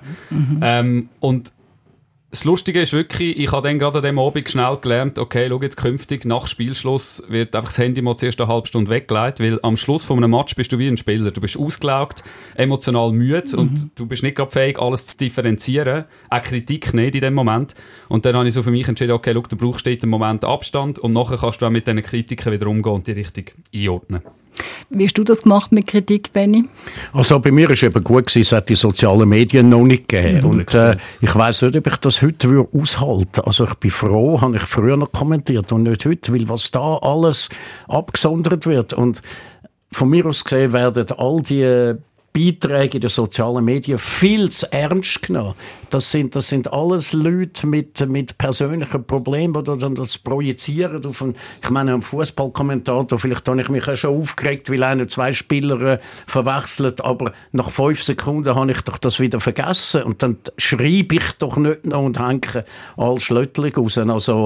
J: Und das Lustige ist wirklich, ich habe dann gerade an dem Abend schnell gelernt, okay, schau jetzt künftig, nach Spielschluss wird einfach das Handy mal zuerst eine halbe Stunde weggelegt, weil am Schluss von einem Match bist du wie ein Spieler. Du bist ausgelaugt, emotional müde und du bist nicht gerade fähig, alles zu differenzieren. Auch Kritik nicht in dem Moment. Und dann habe ich so für mich entschieden, okay, schau, du brauchst dort einen Moment Abstand und nachher kannst du auch mit diesen Kritiken wieder umgehen und die richtig einordnen.
C: Wie hast du das gemacht mit Kritik, Benny?
E: Also bei mir war es eben gut gewesen, es hat die sozialen Medien noch nicht gegeben. Und ich weiss nicht, ob ich das heute aushalten würde. Also ich bin froh, habe ich früher noch kommentiert und nicht heute, weil was da alles abgesondert wird. Und von mir aus gesehen werden all die Beiträge in den sozialen Medien viel zu ernst genommen. Das sind alles Leute mit persönlichen Problemen, die dann das projizieren auf ich meine, ein Fußballkommentator, vielleicht habe ich mich auch schon aufgeregt, weil einer 2 Spieler verwechselt, aber nach 5 Sekunden habe ich doch das wieder vergessen und dann schreibe ich doch nicht noch und hänge all Schlöttling raus. Also,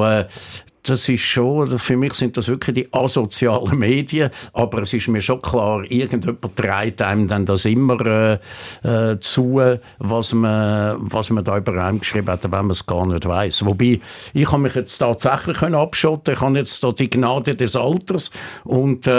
E: das ist schon, für mich sind das wirklich die asozialen Medien, aber es ist mir schon klar, irgendjemand trägt einem dann das immer zu, was man da über einen geschrieben hat, wenn man es gar nicht weiss. Wobei, ich habe mich jetzt tatsächlich abschotten, ich habe jetzt da die Gnade des Alters und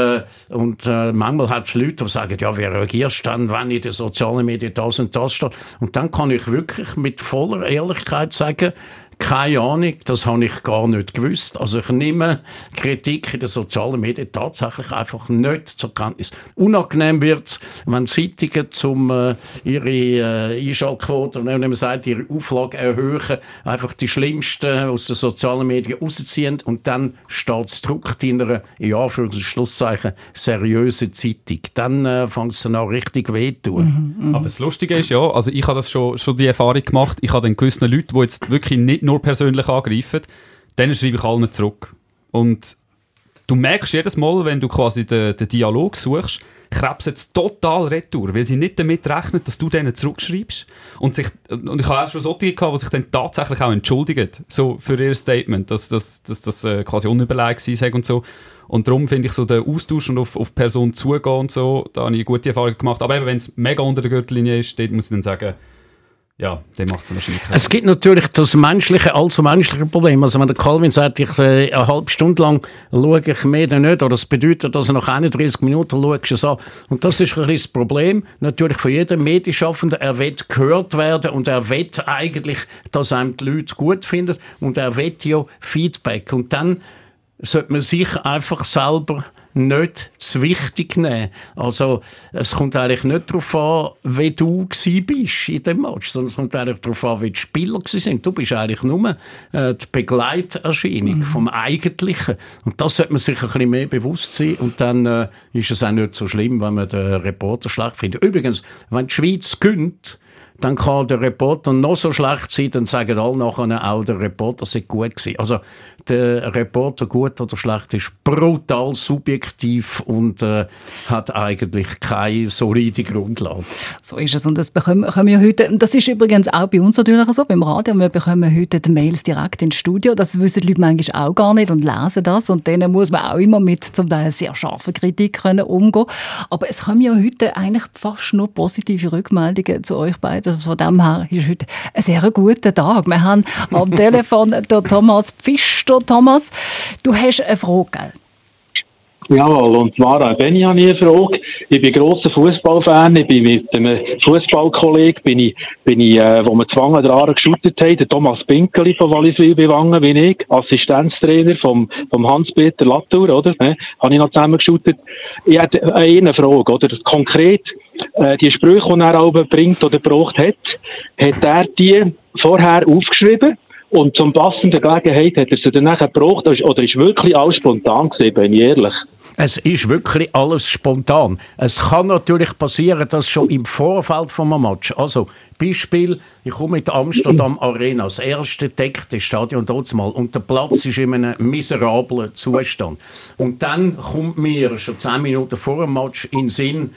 E: manchmal hat es Leute, die sagen, ja, wie reagierst du dann, wenn in den sozialen Medien das und das steht? Und dann kann ich wirklich mit voller Ehrlichkeit sagen, keine Ahnung, das habe ich gar nicht gewusst. Also ich nehme Kritik in den sozialen Medien tatsächlich einfach nicht zur Kenntnis. Unangenehm wird es, wenn Zeitungen ihre Einschaltquote, wenn man sagt, ihre Auflage erhöhen, einfach die Schlimmsten aus den sozialen Medien rausziehen und dann steht es gedruckt in einer, in Anführungs- und Schlusszeichen, seriösen Zeitung. Dann fängt es dann auch richtig weh zu tun.
J: Aber das Lustige ist ja, also ich habe das schon die Erfahrung gemacht, ich habe den gewissen Leuten, die jetzt wirklich nicht nur persönlich angreifen, dann schreibe ich allen zurück. Und du merkst jedes Mal, wenn du quasi den Dialog suchst, krebsen jetzt total retour, weil sie nicht damit rechnen, dass du denen zurückschreibst. Und ich habe auch schon solche gehabt, die sich dann tatsächlich auch entschuldigen, so für ihr Statement, dass das quasi unüberlegt sei und so. Und darum finde ich so den Austausch und auf Person zugehen und so, da habe ich eine gute Erfahrung gemacht. Aber eben, wenn es mega unter der Gürtellinie ist, dort muss ich dann sagen, ja, der macht es wahrscheinlich.
E: Es gibt natürlich das allzu menschliche Problem. Also wenn der Calvin sagt, eine halbe Stunde lang schaue ich mehr nicht, oder das bedeutet, dass er nach 31 Minuten schaust es an. Und das ist ein bisschen das Problem, natürlich von jedem Medienschaffenden. Er will gehört werden und er will eigentlich, dass einem die Leute gut finden und er will ja Feedback. Und dann sollte man sich einfach selber nicht zu wichtig nehmen. Also, es kommt eigentlich nicht darauf an, wie du bist in dem Match, sondern es kommt eigentlich darauf an, wie die Spieler sind. Du bist eigentlich nur die Begleiterscheinung vom Eigentlichen. Und das sollte man sich ein bisschen mehr bewusst sein. Und dann ist es auch nicht so schlimm, wenn man den Reporter schlecht findet. Übrigens, wenn die Schweiz gönnt, dann kann der Reporter noch so schlecht sein, dann sagen alle nachher auch, der Reporter sei gut gewesen. Also der Reporter, gut oder schlecht, ist brutal subjektiv und hat eigentlich keine solide Grundlage.
C: So ist es. Und das bekommen wir heute, das ist übrigens auch bei uns natürlich so, beim Radio, wir bekommen heute die Mails direkt ins Studio. Das wissen die Leute manchmal auch gar nicht und lesen das. Und denen muss man auch immer mit zum Teil sehr scharfen Kritik können umgehen. Aber es kommen ja heute eigentlich fast nur positive Rückmeldungen zu euch beiden. Von dem her ist heute ein sehr guter Tag. Wir haben am Telefon den Thomas Pfister. Thomas, du hast eine Frage, gell?
K: Jawohl, und zwar auch Benni habe ich eine Frage. Ich bin grosser Fußballfan. Ich bin mit einem Fußballkollegen, wo wir zu Wangen geshootet haben, der Thomas Pinkeli von Walliswil bei Wangen, bin ich, Assistenztrainer vom Hans-Peter Latour, oder? Habe ich noch zusammen geshootet. Ich hatte eine Frage, oder? Konkret, die Sprüche, die er auch bringt oder gebraucht hat er die vorher aufgeschrieben? Und zum passenden Gelegenheit hat er sie dann nachher gebraucht, oder ist wirklich alles spontan gewesen, bin ich ehrlich?
E: Es ist wirklich alles spontan. Es kann natürlich passieren, dass schon im Vorfeld von einem Match, also Beispiel, ich komme mit Amsterdam Arena, das erste deckte Stadion dort mal, und der Platz ist in einem miserablen Zustand. Und dann kommt mir schon 10 Minuten vor dem Match in den Sinn,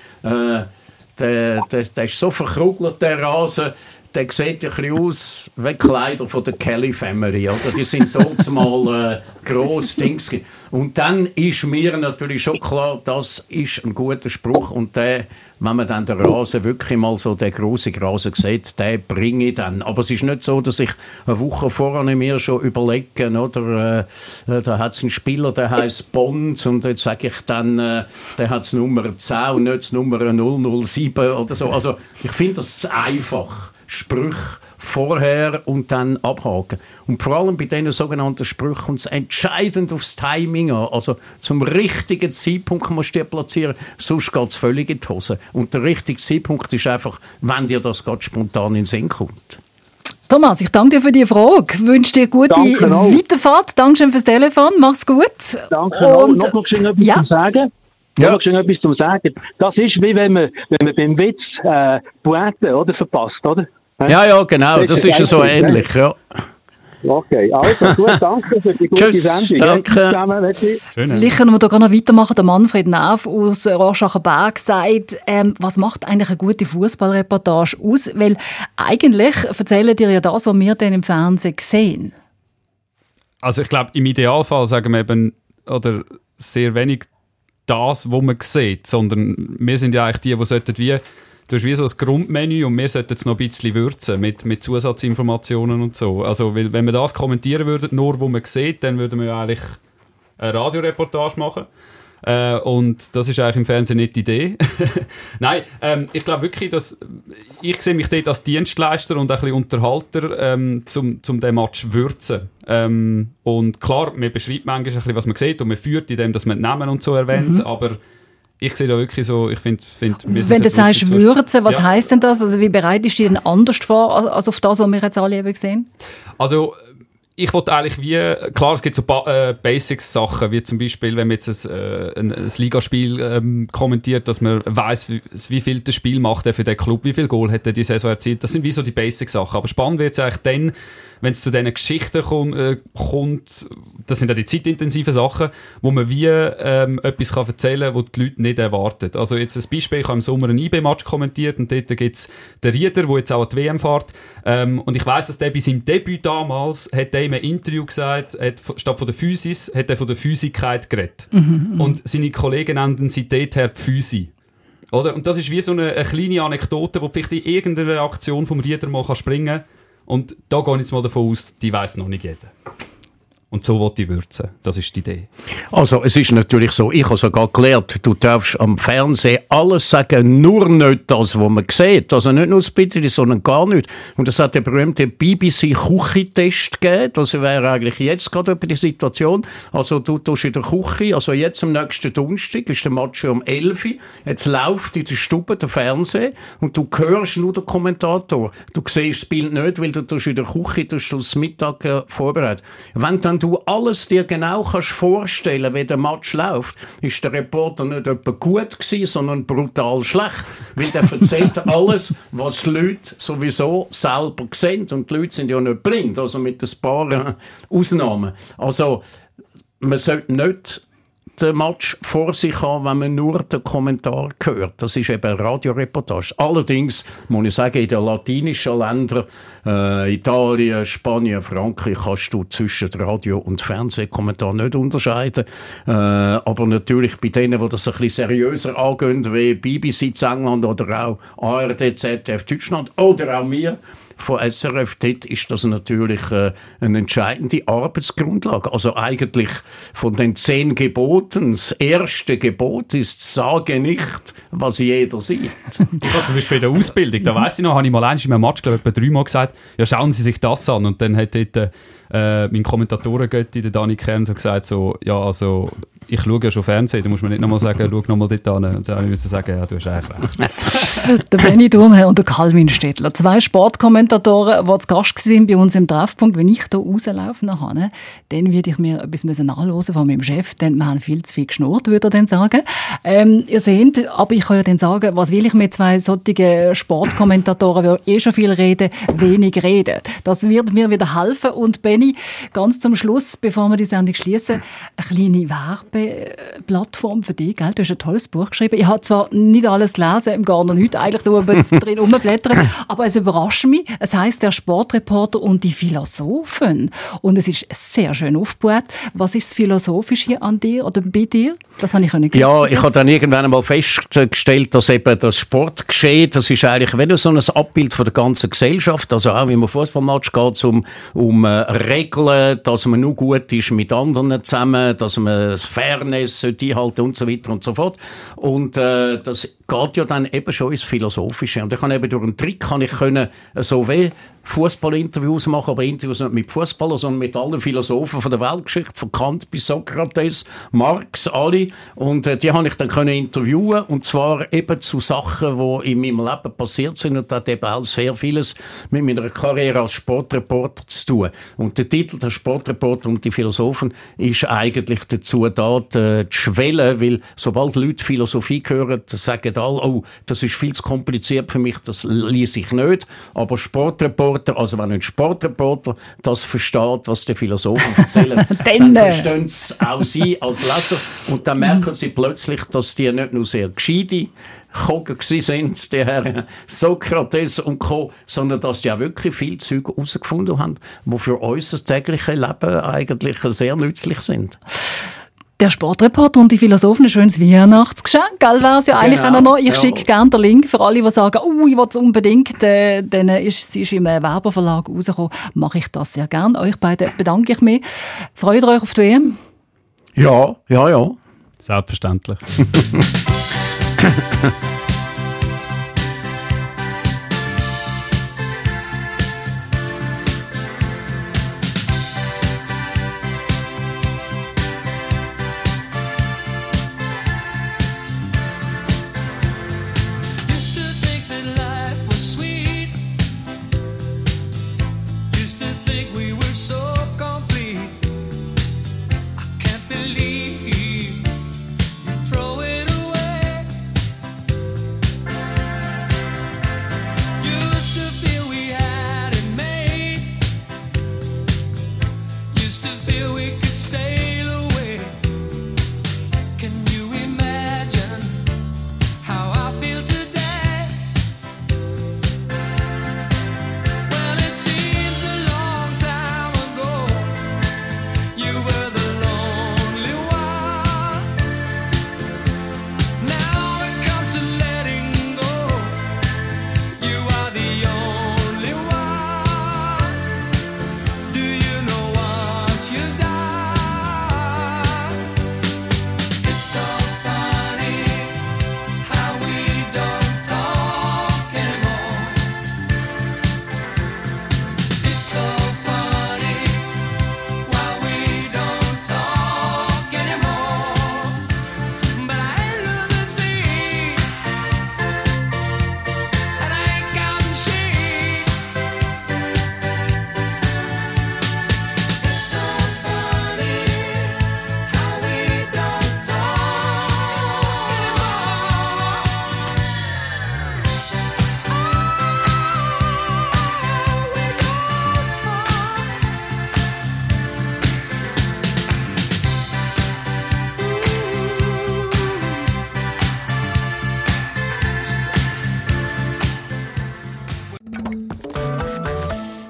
E: der ist so verkrugelt, der Rasen, der sieht ein bisschen aus wie Kleider von der Kelly Family, oder? Die sind dort mal gross Dings. Und dann ist mir natürlich schon klar, das ist ein guter Spruch. Und der, wenn man dann den Rasen wirklich mal so, den grossen Rasen sieht, den bringe ich dann. Aber es ist nicht so, dass ich eine Woche vorher mir schon überlege, oder, da hat es einen Spieler, der heisst Bond, und jetzt sage ich dann, der hat das Nummer 10 und nicht das Nummer 007 oder so. Also, ich finde das einfach. Sprüche vorher und dann abhaken. Und vor allem bei diesen sogenannten Sprüchen kommt es entscheidend aufs Timing an. Also zum richtigen Zeitpunkt musst du die platzieren, sonst geht es völlig in die Hose. Und der richtige Zeitpunkt ist einfach, wenn dir das gerade spontan in den Sinn kommt.
C: Thomas, ich danke dir für die Frage. Ich wünsche dir gute Weiterfahrt. Dankeschön fürs Telefon. Mach's gut.
K: Danke und noch schnell etwas zum Sagen. Ja. Noch etwas zum Sagen. Das ist wie wenn man beim Witz Pointe oder verpasst, oder?
E: Ja, genau. Das ist ja so ähnlich, ja.
K: Okay, also gut, danke für die gute Sendung.
E: Danke.
C: Vielleicht können wir da noch weitermachen. Der Manfred Nauf aus Rorschacher-Berg sagt, was macht eigentlich eine gute Fußballreportage aus? Weil eigentlich erzählen dir ja das, was wir dann im Fernsehen sehen.
J: Also ich glaube, im Idealfall sagen wir eben, oder sehr wenig das, was man sieht, sondern wir sind ja eigentlich die sollten du hast wie so ein Grundmenü und wir sollten es noch ein bisschen würzen mit Zusatzinformationen und so. Also wenn wir das kommentieren würden, nur wo man sieht, dann würden wir ja eigentlich eine Radioreportage machen. Und das ist eigentlich im Fernsehen nicht die Idee. Nein, ich glaube wirklich, dass ich sehe mich dort als Dienstleister und ein bisschen Unterhalter, zum den Match würzen. Und klar, man beschreibt manchmal ein bisschen, was man sieht und man führt in dem, dass man Namen und so erwähnt, aber ich sehe da wirklich so, ich finde
C: wenn du sagst würzen, was heisst denn das? Also wie bereitest du dich denn anders vor, als auf das, was wir jetzt alle eben sehen?
J: Also ich wollte eigentlich klar, es gibt so Basics-Sachen, wie zum Beispiel, wenn man jetzt ein Ligaspiel kommentiert, dass man weiss, wie viel das Spiel macht er für den Club, wie viel Goal hat er die Saison erzielt. Das sind wie so die Basics-Sachen. Aber spannend wird es eigentlich dann, wenn es zu diesen Geschichten kommt, das sind ja die zeitintensiven Sachen, wo man wie etwas erzählen kann, was die Leute nicht erwarten. Also jetzt ein Beispiel, ich habe im Sommer einen IB-Match kommentiert und dort gibt es den Rieder, der jetzt auch an die WM fährt. Und ich weiss, dass der bei seinem Debüt damals hat der in einem Interview gesagt, statt von der Physis, hat er von der Physigkeit geredet. Und seine Kollegen nennen sie dort die Physi. Oder? Und das ist wie so eine kleine Anekdote, die vielleicht in irgendeiner Aktion vom Rieder mal springen kann. Und da gehe ich jetzt mal davon aus, die weiss noch nicht jeder. Und so will ich würzen. Das ist die Idee.
E: Also, es ist natürlich so, ich habe sogar gelernt, du darfst am Fernsehen alles sagen, nur nicht das, was man sieht. Also nicht nur das Bitte, sondern gar nicht. Und es hat den berühmten BBC-Küche-Test gegeben. Das wäre eigentlich jetzt gerade die Situation. Also, du tust in der Küche, also jetzt am nächsten Donnerstag, ist der Match um 11 Uhr. Jetzt läuft in der Stube der Fernseher und du hörst nur den Kommentator. Du siehst das Bild nicht, weil du in der Küche das Mittag vorbereitet. Wenn dann du alles dir genau kannst vorstellen, wie der Match läuft, ist der Reporter nicht etwa gut gewesen, sondern brutal schlecht. Weil der erzählt alles, was die Leute sowieso selber sehen. Und die Leute sind ja nicht blind, also mit ein paar Ausnahmen. Also, man sollte nicht den Match vor sich haben, wenn man nur den Kommentar hört. Das ist eben eine Radioreportage. Allerdings, muss ich sagen, in den latinischen Ländern, Italien, Spanien, Frankreich, kannst du zwischen Radio- und Fernsehkommentar nicht unterscheiden. Aber natürlich bei denen, die das ein bisschen seriöser angehen, wie BBC in England oder auch ARD, ZDF Deutschland oder auch wir, von SRF, dort ist das natürlich eine entscheidende Arbeitsgrundlage. Also eigentlich von den 10 Geboten, das erste Gebot ist, sage nicht, was jeder sieht.
J: Ich hatte zum Beispiel in der Ausbildung, da weiss ich noch, habe ich mal in einem Match, glaube ich, etwa 3-mal gesagt, ja, schauen Sie sich das an. Und dann hat dort mein Kommentatorengötti, der Dani Kern, so gesagt, so, ja, also, ich schaue ja schon Fernsehen, da muss man nicht nochmal sagen, schau nochmal dort an. Und dann musste ich sagen, ja, du hast eigentlich recht.
C: Der Benny Thurnherr und der Calvin Stettler, 2 Sportkommentatoren, die zu Gast waren bei uns im Treffpunkt. Wenn ich hier rauslaufe nachher, dann würde ich mir etwas nachhören von meinem Chef, denn wir haben viel zu viel geschnurrt, würde er dann sagen. Ihr seht, aber ich kann ja dann sagen, was will ich mit 2 solchen Sportkommentatoren, die schon viel reden, wenig reden. Das wird mir wieder helfen. Und Benny, ganz zum Schluss, bevor wir die Sendung schließen, eine kleine Werbeplattform für dich, gell? Du hast ein tolles Buch geschrieben. Ich habe zwar nicht alles gelesen, im gar noch nicht, eigentlich nur drin rumblättern, aber es überrascht mich. Es heisst «Der Sportreporter und die Philosophen». Und es ist sehr schön aufgebaut. Was ist das Philosophische hier an dir oder bei dir? Das habe ich nicht gewusst.
E: Ja, ich habe dann irgendwann einmal festgestellt, dass eben das Sportgeschehen, das ist eigentlich wenn so ein Abbild von der ganzen Gesellschaft, also auch wenn man Fußballmatch geht, um Regeln, dass man nur gut ist mit anderen zusammen, dass man das Fairness einhalten und so weiter und so fort. Und das geht ja dann eben schon ins Philosophische. Und ich kann eben durch einen Trick so wie Fußballinterviews machen, aber Interviews nicht mit Fußballern, sondern mit allen Philosophen von der Weltgeschichte, von Kant bis Sokrates, Marx, alle. Und die habe ich dann können interviewen, und zwar eben zu Sachen, die in meinem Leben passiert sind, und das hat eben auch sehr vieles mit meiner Karriere als Sportreporter zu tun. Und der Titel «Der Sportreporter und die Philosophen» ist eigentlich dazu da, die Schwelle, weil sobald Leute Philosophie hören, sagen alle, oh, das ist viel zu kompliziert für mich, das lese ich nicht. Aber Sportreporter, also wenn ein Sportreporter das versteht, was die Philosophen erzählen, dann verstehen es auch sie als Leser. Und dann merken sie plötzlich, dass die nicht nur sehr gescheite Kogen sind, die Herren Sokrates und Co., sondern dass die auch wirklich viele Züge herausgefunden haben, die für unser tägliches Leben eigentlich sehr nützlich sind.
C: Der Sportreporter und die Philosophen, ein schönes Weihnachtsgeschenk, gell, wäre es ja eigentlich auch noch. Ich schicke gerne den Link für alle, die sagen, ich will es unbedingt, sie ist im Werberverlag rausgekommen, mache ich das sehr gerne. Euch beiden bedanke ich mich. Freut ihr euch auf die WM?
E: Ja.
J: Selbstverständlich.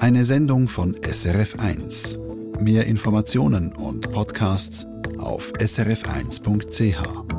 A: Eine Sendung von SRF1. Mehr Informationen und Podcasts auf srf1.ch.